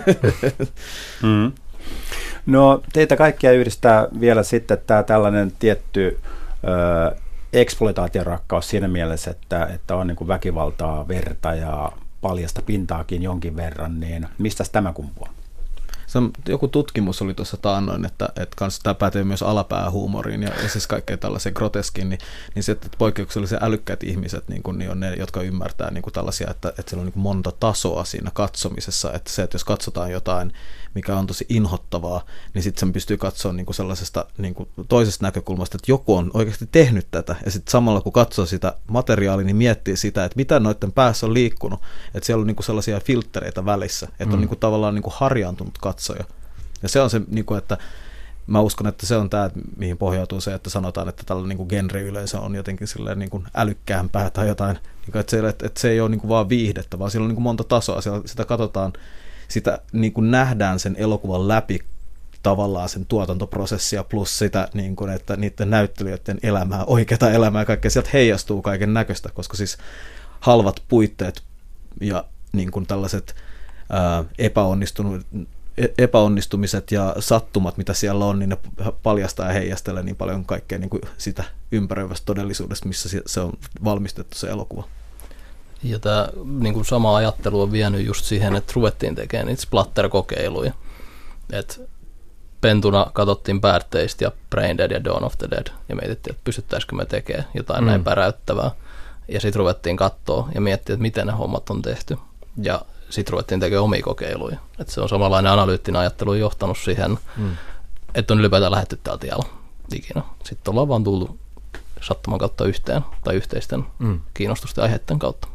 Mm. No teitä kaikkia yhdistää vielä sitten tämä tällainen tietty Öö, eksploitaatiorakkaus siinä mielessä, että, että on niin kuin väkivaltaa, verta ja paljasta pintaakin jonkin verran, niin mistä tämä kumpuaa? Se on, joku tutkimus oli tuossa taannoin, että, että kans, tämä pätee myös alapäähuumoriin ja, ja siis kaikkeen tällaiseen groteskiin, niin, niin se, että poikkeuksellisen älykkäät ihmiset niin kun, niin on ne, jotka ymmärtää niin kun tällaisia, että, että siellä on niin kun monta tasoa siinä katsomisessa, että se, että jos katsotaan jotain, mikä on tosi inhottavaa, niin sitten sen pystyy katsoa niin kun sellaisesta niin kun toisesta näkökulmasta, että joku on oikeasti tehnyt tätä, ja sitten samalla kun katsoo sitä materiaalia, niin miettii sitä, että mitä noiden päässä on liikkunut, että siellä on niin kun sellaisia filttereitä välissä, että mm. on niin kun tavallaan niin kun harjaantunut katsoja. Ja se on se, niin kuin, että mä uskon, että se on tämä, mihin pohjautuu se, että sanotaan, että tällainen niin kuin genre-yleisö on jotenkin silleen niin kuin älykkäämpää tai jotain, niin kuin, että, se, että, että se ei ole niin kuin vaan viihdettä, vaan siellä on niin kuin monta tasoa, siellä, sitä katsotaan, sitä niin kuin nähdään sen elokuvan läpi tavallaan sen tuotantoprosessia plus sitä, niin kuin, että niiden näyttelijöiden elämää, oikeata elämää ja kaikkea, sieltä heijastuu kaiken näköistä, koska siis halvat puitteet ja niin kuin tällaiset ää, epäonnistunut epäonnistumiset ja sattumat, mitä siellä on, niin ne paljastaa ja heijastelee niin paljon kaikkea niin kuin sitä ympäröivästä todellisuudesta, missä se on valmistettu se elokuva. Ja tämä niin kuin sama ajattelu on vienyt just siihen, että ruvettiin tekemään niitä splatter-kokeiluja. Et pentuna katsottiin Bad Taste ja Brain Dead ja Dawn of the Dead ja mietittiin, että pystyttäisikö me tekemään jotain mm. näin päräyttävää. Ja sitten ruvettiin katsoa ja miettiä, että miten ne hommat on tehty. Ja sitten ruvettiin tekemään omia kokeiluja. Et se on samanlainen analyyttinen ajattelu johtanut siihen, mm. että on ylipäätään lähdetty täältä tiellä ikinä. Sitten ollaan vaan tullut sattuman kautta yhteen tai yhteisten mm. kiinnostusten aiheiden kautta.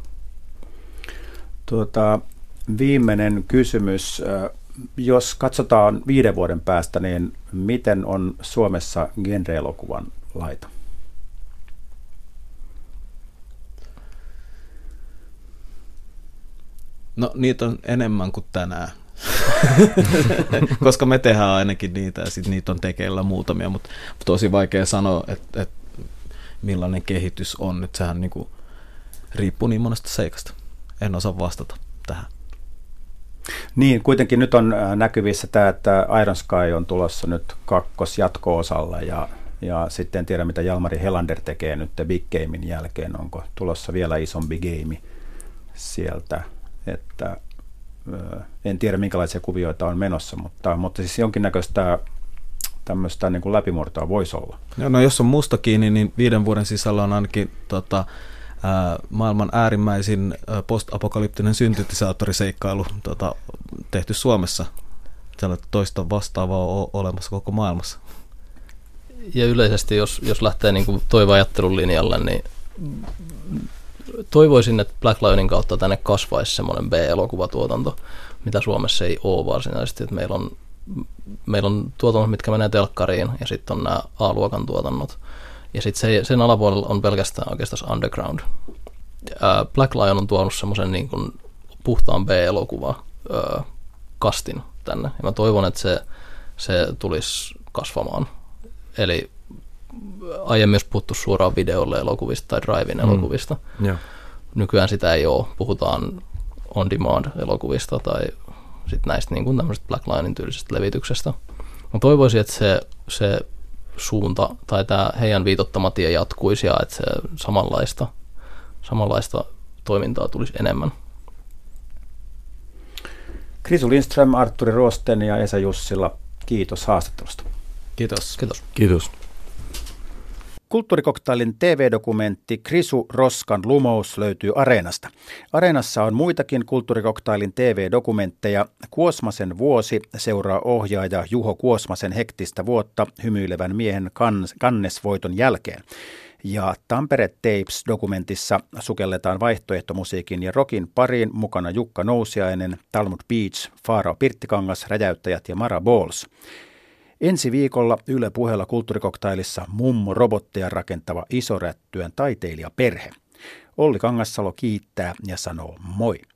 Tuota, viimeinen kysymys. Jos katsotaan viiden vuoden päästä, niin miten on Suomessa genre-elokuvan laita? No niitä on enemmän kuin tänään, koska me tehdään ainakin niitä ja sitten niitä on tekeillä muutamia, mutta tosi vaikea sanoa, että, että millainen kehitys on, että sehän niinku riippuu niin monesta seikasta. En osaa vastata tähän. Niin, kuitenkin nyt on näkyvissä tämä, että Iron Sky on tulossa nyt kakkos jatko-osalla ja, ja sitten en tiedä, mitä Jalmari Helander tekee nyt Big Gamein jälkeen. Onko tulossa vielä isompi game sieltä? Että en tiedä, minkälaisia kuvioita on menossa, mutta, mutta siis jonkinnäköistä tämmöistä niin kuin läpimurtoa voisi olla. No, no jos on musta kiinni, niin viiden vuoden sisällä on ainakin tota, ää, maailman äärimmäisin ää, post-apokalyptinen syntetisaattoriseikkailu tota, tehty Suomessa. Sellaista toista vastaavaa on olemassa koko maailmassa. Ja yleisesti, jos, jos lähtee niin kuin toiveajattelun linjalle, niin toivoisin, että Black Lionin kautta tänne kasvaisi semmoinen B-elokuvatuotanto, mitä Suomessa ei ole varsinaisesti. Että meillä on, meillä on tuotannot, mitkä menee telkkariin, ja sitten on nämä A-luokan tuotannot. Ja sitten se, sen alapuolella on pelkästään oikeastaan underground. ää, Black Lion on tuonut semmoisen niin kuin puhtaan B-elokuva ää, kastin tänne. Ja mä toivon, että se, se tulisi kasvamaan. Eli aiemmin myös puhuttu suoraan videolle elokuvista tai drive-in elokuvista. Mm. Yeah. Nykyään sitä ei ole. Puhutaan on-demand-elokuvista tai sitten näistä niin kuin tämmöisestä Black Lionin tyylisestä levityksestä. Mä toivoisin, että se, se suunta tai tämä heidän viitottama tie jatkuisi ja että se samanlaista, samanlaista toimintaa tulisi enemmän. Krisu Lindström, Artturi Roosten ja Esa Jussila, kiitos haastattelusta. Kiitos. Kiitos. Kiitos. Kulttuurikoktailin T V-dokumentti Krisu Roskan lumous löytyy Areenasta. Areenassa on muitakin Kulttuurikoktailin T V-dokumentteja. Kuosmasen vuosi seuraa ohjaaja Juho Kuosmasen hektistä vuotta hymyilevän miehen kannesvoiton jälkeen. Ja Tampere Tapes-dokumentissa sukelletaan vaihtoehtomusiikin ja rockin pariin, mukana Jukka Nousiainen, Talmud Beach, Faarao Pirttikangas, Räjäyttäjät ja Mara Balls. Ensi viikolla Yle Puheella Kulttuurikoktailissa mummo robotteja rakentava isorättyön taiteilijaperhe. Olli Kangassalo kiittää ja sanoo moi.